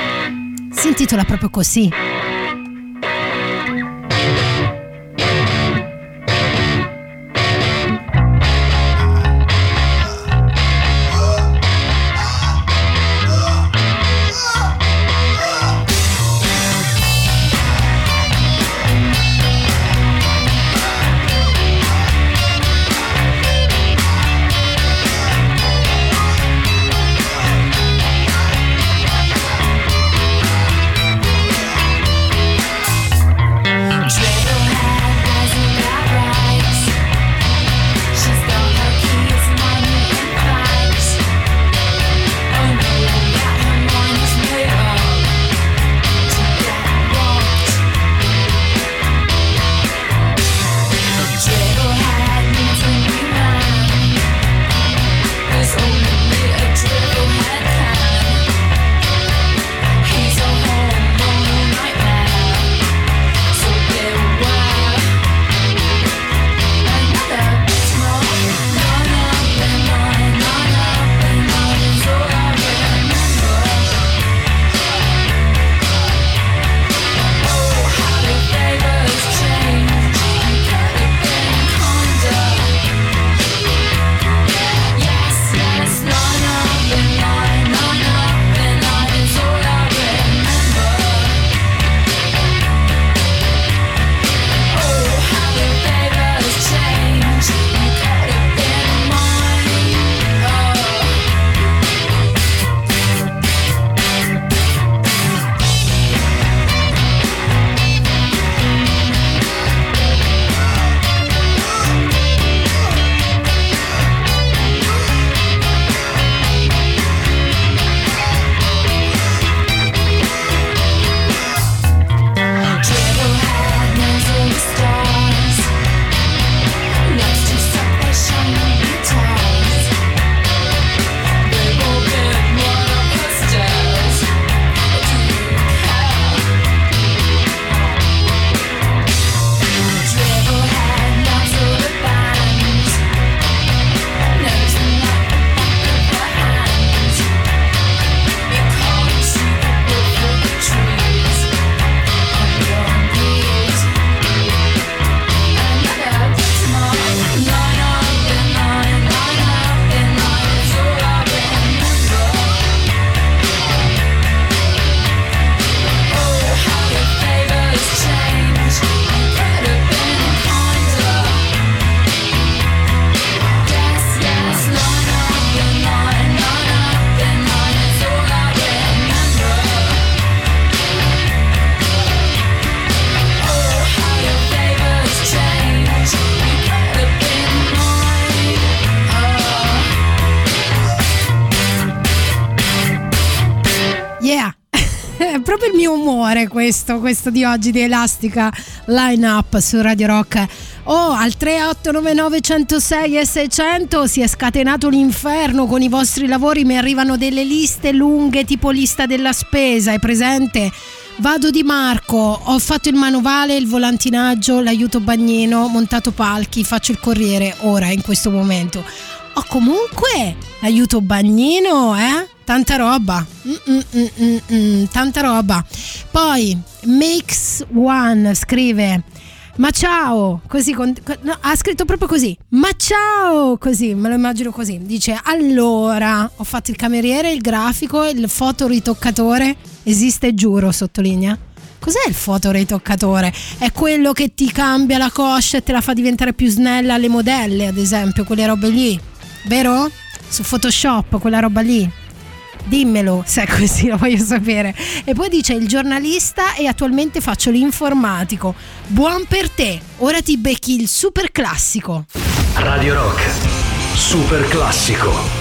Si intitola proprio così. Thank proprio il mio umore questo, questo di oggi di Elastica Line Up su Radio Rock. Oh, al tre otto nove nove uno zero sei e seicento si è scatenato l'inferno con i vostri lavori, mi arrivano delle liste lunghe tipo lista della spesa, è presente? Vado di Marco, ho fatto il manovale, il volantinaggio, l'aiuto bagnino, montato palchi, faccio il corriere ora in questo momento. Oh, comunque l'aiuto bagnino, eh? Tanta roba, Mm-mm-mm-mm, tanta roba. Poi Makes One scrive: ma ciao, così con, no, ha scritto proprio così, ma ciao, così, me lo immagino così. Dice: allora, ho fatto il cameriere, il grafico, il fotoritoccatore. Esiste, giuro, sottolinea. Cos'è il fotoritoccatore? È quello che ti cambia la coscia e te la fa diventare più snella alle modelle, ad esempio, quelle robe lì, vero? Su Photoshop, quella roba lì. Dimmelo se è così, lo voglio sapere. E poi dice: il giornalista e attualmente faccio l'informatico. Buon per te, ora ti becchi il super classico. Radio Rock, super classico.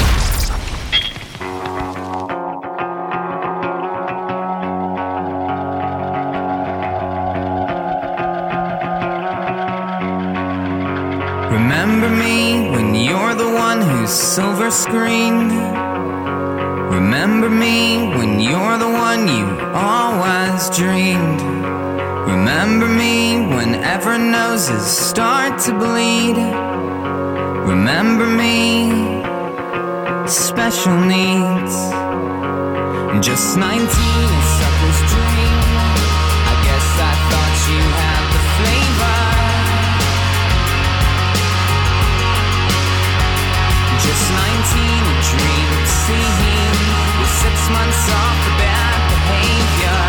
Remember me when you're the one who's silver screened. Remember me when you're the one you always dreamed. Remember me whenever noses start to bleed. Remember me, special needs. Just nineteen, a sucker's dream. I guess I thought you had the flavor. Just nineteen, a dream of seeing with six months off the bad behavior.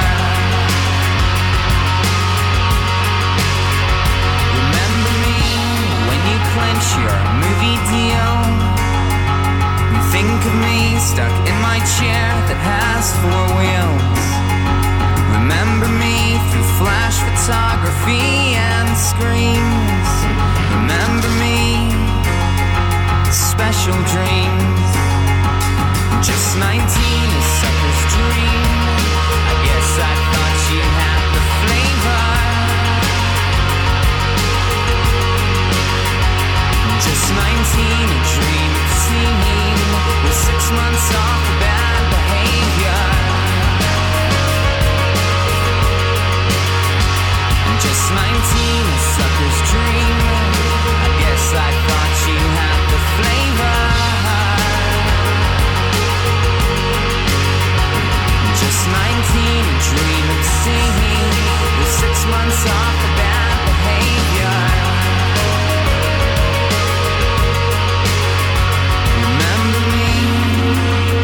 Remember me when you clench your movie deal. You think of me stuck in my chair that has four wheels. Remember me through flash photography and screens. Remember me, special dreams. Just nineteen, a sucker's dream. I guess I thought you had the flavor. Just nineteen, a dream of seeing with six months off the bad behavior. Just nineteen, a sucker's dream. I guess I thought you had the flavor. Just nineteen, a dream of seeing with six months off the bad behavior. Remember me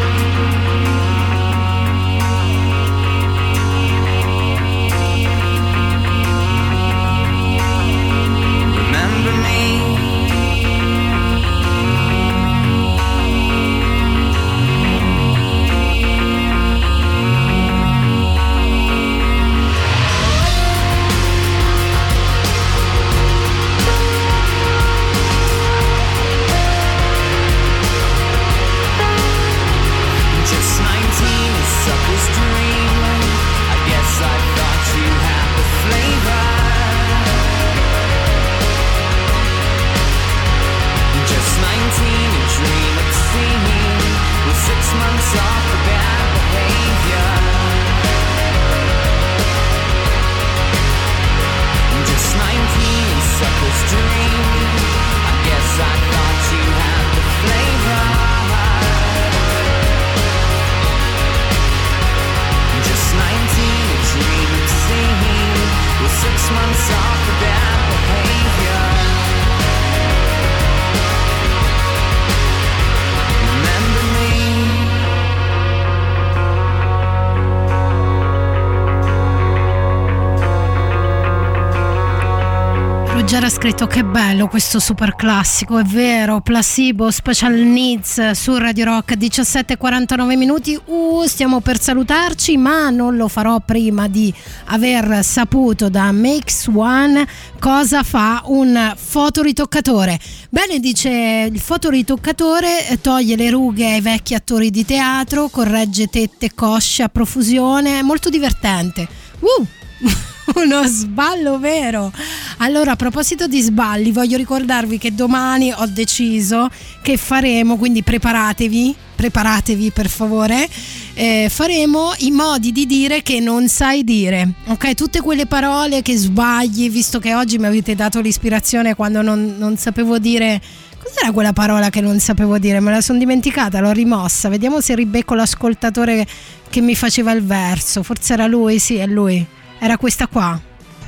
Ruggero ha scritto: che bello questo super classico, è vero. Placebo, Special Needs su Radio Rock. Diciassette e quarantanove minuti. Uh, stiamo per salutarci, ma non lo farò prima di aver saputo da Makes One cosa fa un fotoritoccatore. Bene, dice, il fotoritoccatore toglie le rughe ai vecchi attori di teatro, corregge tette e cosce a profusione, è molto divertente. Uh! Uno sballo vero. Allora, a proposito di sballi, voglio ricordarvi che domani ho deciso che faremo, quindi preparatevi, preparatevi per favore, eh, faremo i modi di dire che non sai dire, ok? Tutte quelle parole che sbagli, visto che oggi mi avete dato l'ispirazione quando non, non sapevo dire. Cos'era quella parola che non sapevo dire? Me la sono dimenticata, l'ho rimossa. Vediamo se ribecco l'ascoltatore che mi faceva il verso. Forse era lui, sì, è lui. Era questa qua.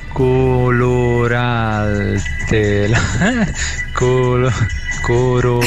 Colorartela. Colo. Coro.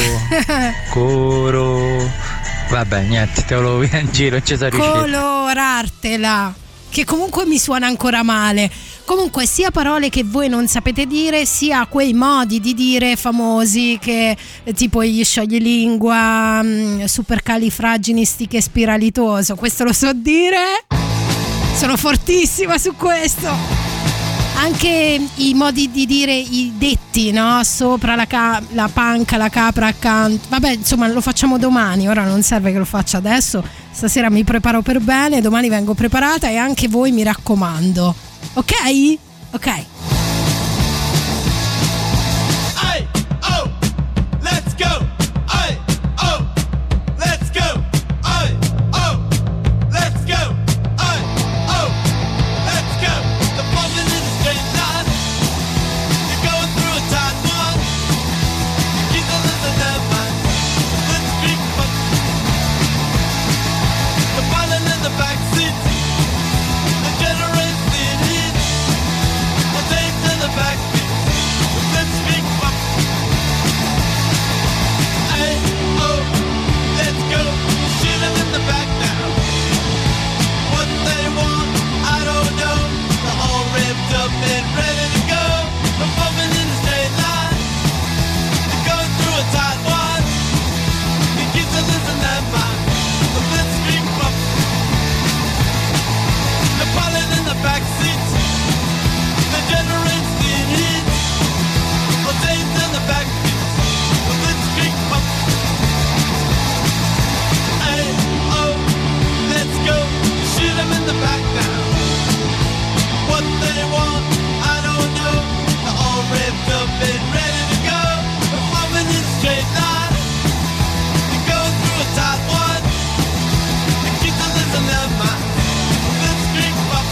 Coro. Vabbè, niente, te lo via in giro, ci sono riuscito. Colorartela. Che comunque mi suona ancora male. Comunque, sia parole che voi non sapete dire, sia quei modi di dire famosi che tipo gli scioglilingua, supercalifragilistichespiralitoso. Questo lo so dire. Sono fortissima su questo. Anche i modi di dire i detti, no? Sopra la, ca- la panca, la capra accanto. Vabbè, insomma, lo facciamo domani. Ora non serve che lo faccia adesso. Stasera mi preparo per bene, domani vengo preparata e anche voi, mi raccomando. Ok? Ok. Hey, oh, let's go. Hey, oh, let's go. Hey, oh, let's go. Hey, oh, let's go. The bumping in the straight line. You're going through a tight one. Keep the listen that mind. Let's speak up. The violin in the back seat. The generates the heat. The tape in the back seat. Let's speak up. Hey, oh, let's go. Shoot them in the back now. What they want, I don't know. They're all ripped up and ready to go. They're bumping in the straight line. They're going through a tight one. You keep to listen that mind. Let's speak up. The pilot in the back seat. The generates the heat. The tape in the back seat. Let's speak up. Hey, oh, let's go. Shoot them in the back now. What they want, I don't know. They're all ripped up and ready to go. They're bumping in a straight line. They're going through a tight one. They keep to listen their mind. Let's speak up.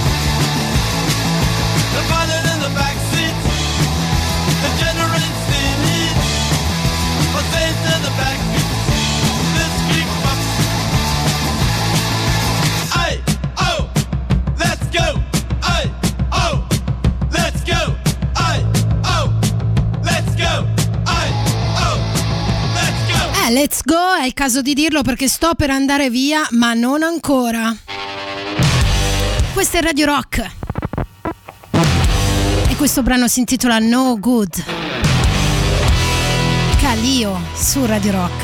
The pilot in the back seat. The generates the heat. The tape in the back seat. Let's speak up. Hey, oh, let's go. Hey, oh, let's go. Hey, oh, let's go. Hey, oh, let's go. Eh, let's go, è il caso di dirlo perché sto per andare via, ma non ancora. Questo è Radio Rock. E questo brano si intitola No Good. Calio su Radio Rock.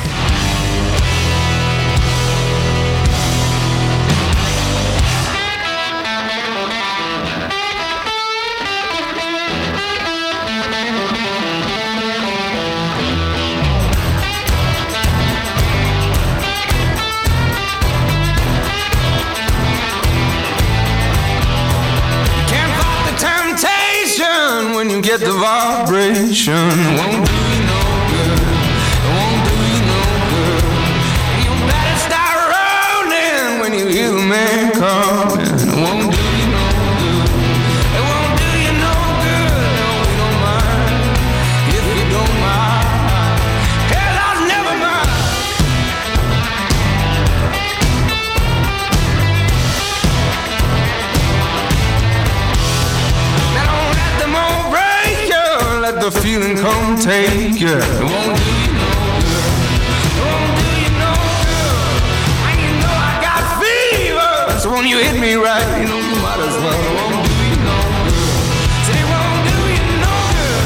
Can't fight the temptation when you get the vibration. Won't do you no good. It won't do you no good. You better start rolling when you hear the man coming. It won't do you no good. It won't do you no good. No, we don't mind if you don't mind. 'Cause I was never mind. Now don't let them all break you. Let the feeling come take you. It won't do you no good. It won't do you no good. And you know I got fever. So when you hit me right, you know you might as well. It won't do you no good. Say it won't do you no good.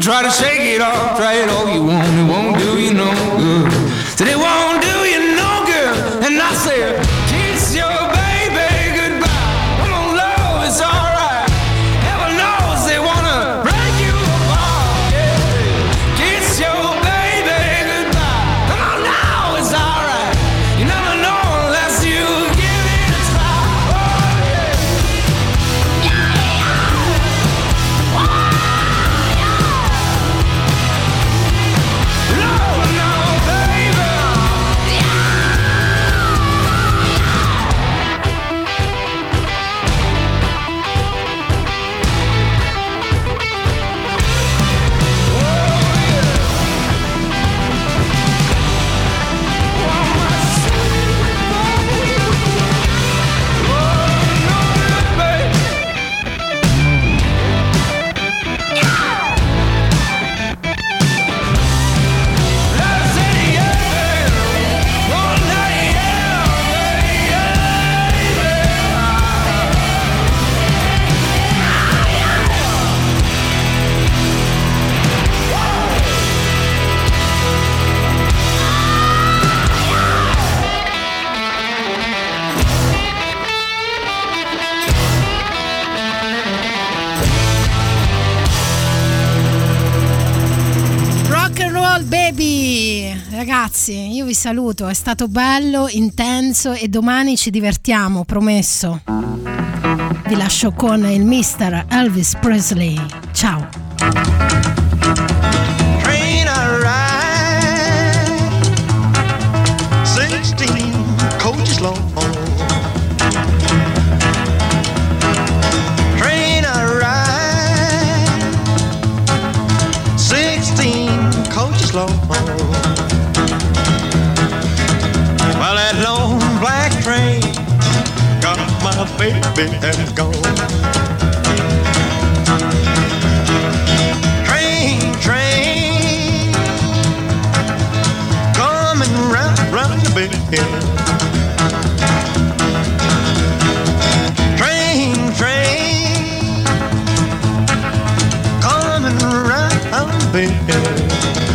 try to shake it off, try it all you want, it won't do you no good. Said it won't do you no good, and I said, kiss your baby goodbye. Come on, love, it's alright. Heaven knows they wanna break you apart. Yeah. Kiss your baby goodbye. Come on now, it's alright. You never know unless you give it a try. Oh, yeah. Love now, baby. Rock and roll baby. Ragazzi, io vi saluto, è stato bello, intenso e domani ci divertiamo, promesso. Vi lascio con il mister Elvis Presley. Ciao. Train I ride, sixteen coaches long. Train I ride, sixteen coaches long. Well, that long black train got my baby and gone. Train, train, coming round, round the bend. Train, train, coming round the bend.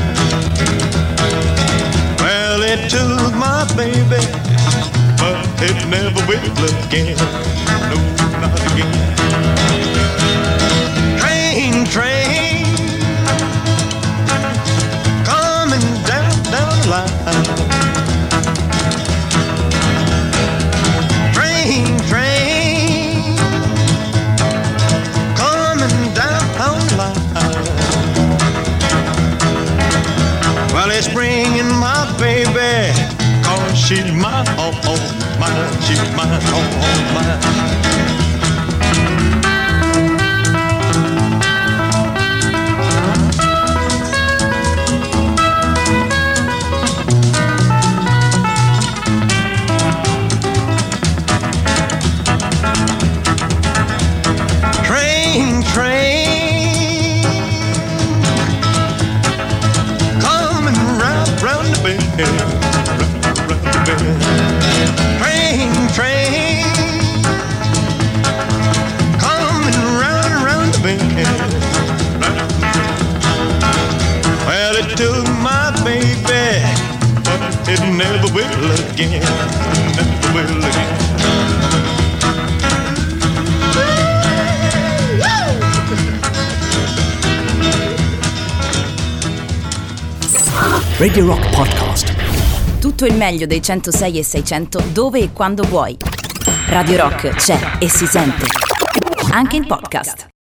Well, it took my baby, but it never will again. No, not again. Train, train, coming down, down the line. Train, train, coming down the line. Well, it's bringing my baby, cause she's my oh, oh, mine, she's mine, oh, oh, mine. Train, train, coming round, round the bend, round, round the bend. Train, train, coming round, round the bend. Well, it took my baby, but it never will again, never will again. Radio Rock Podcast. Tutto il meglio dei centosei e seicento dove e quando vuoi. Radio Rock c'è e si sente. Anche in podcast.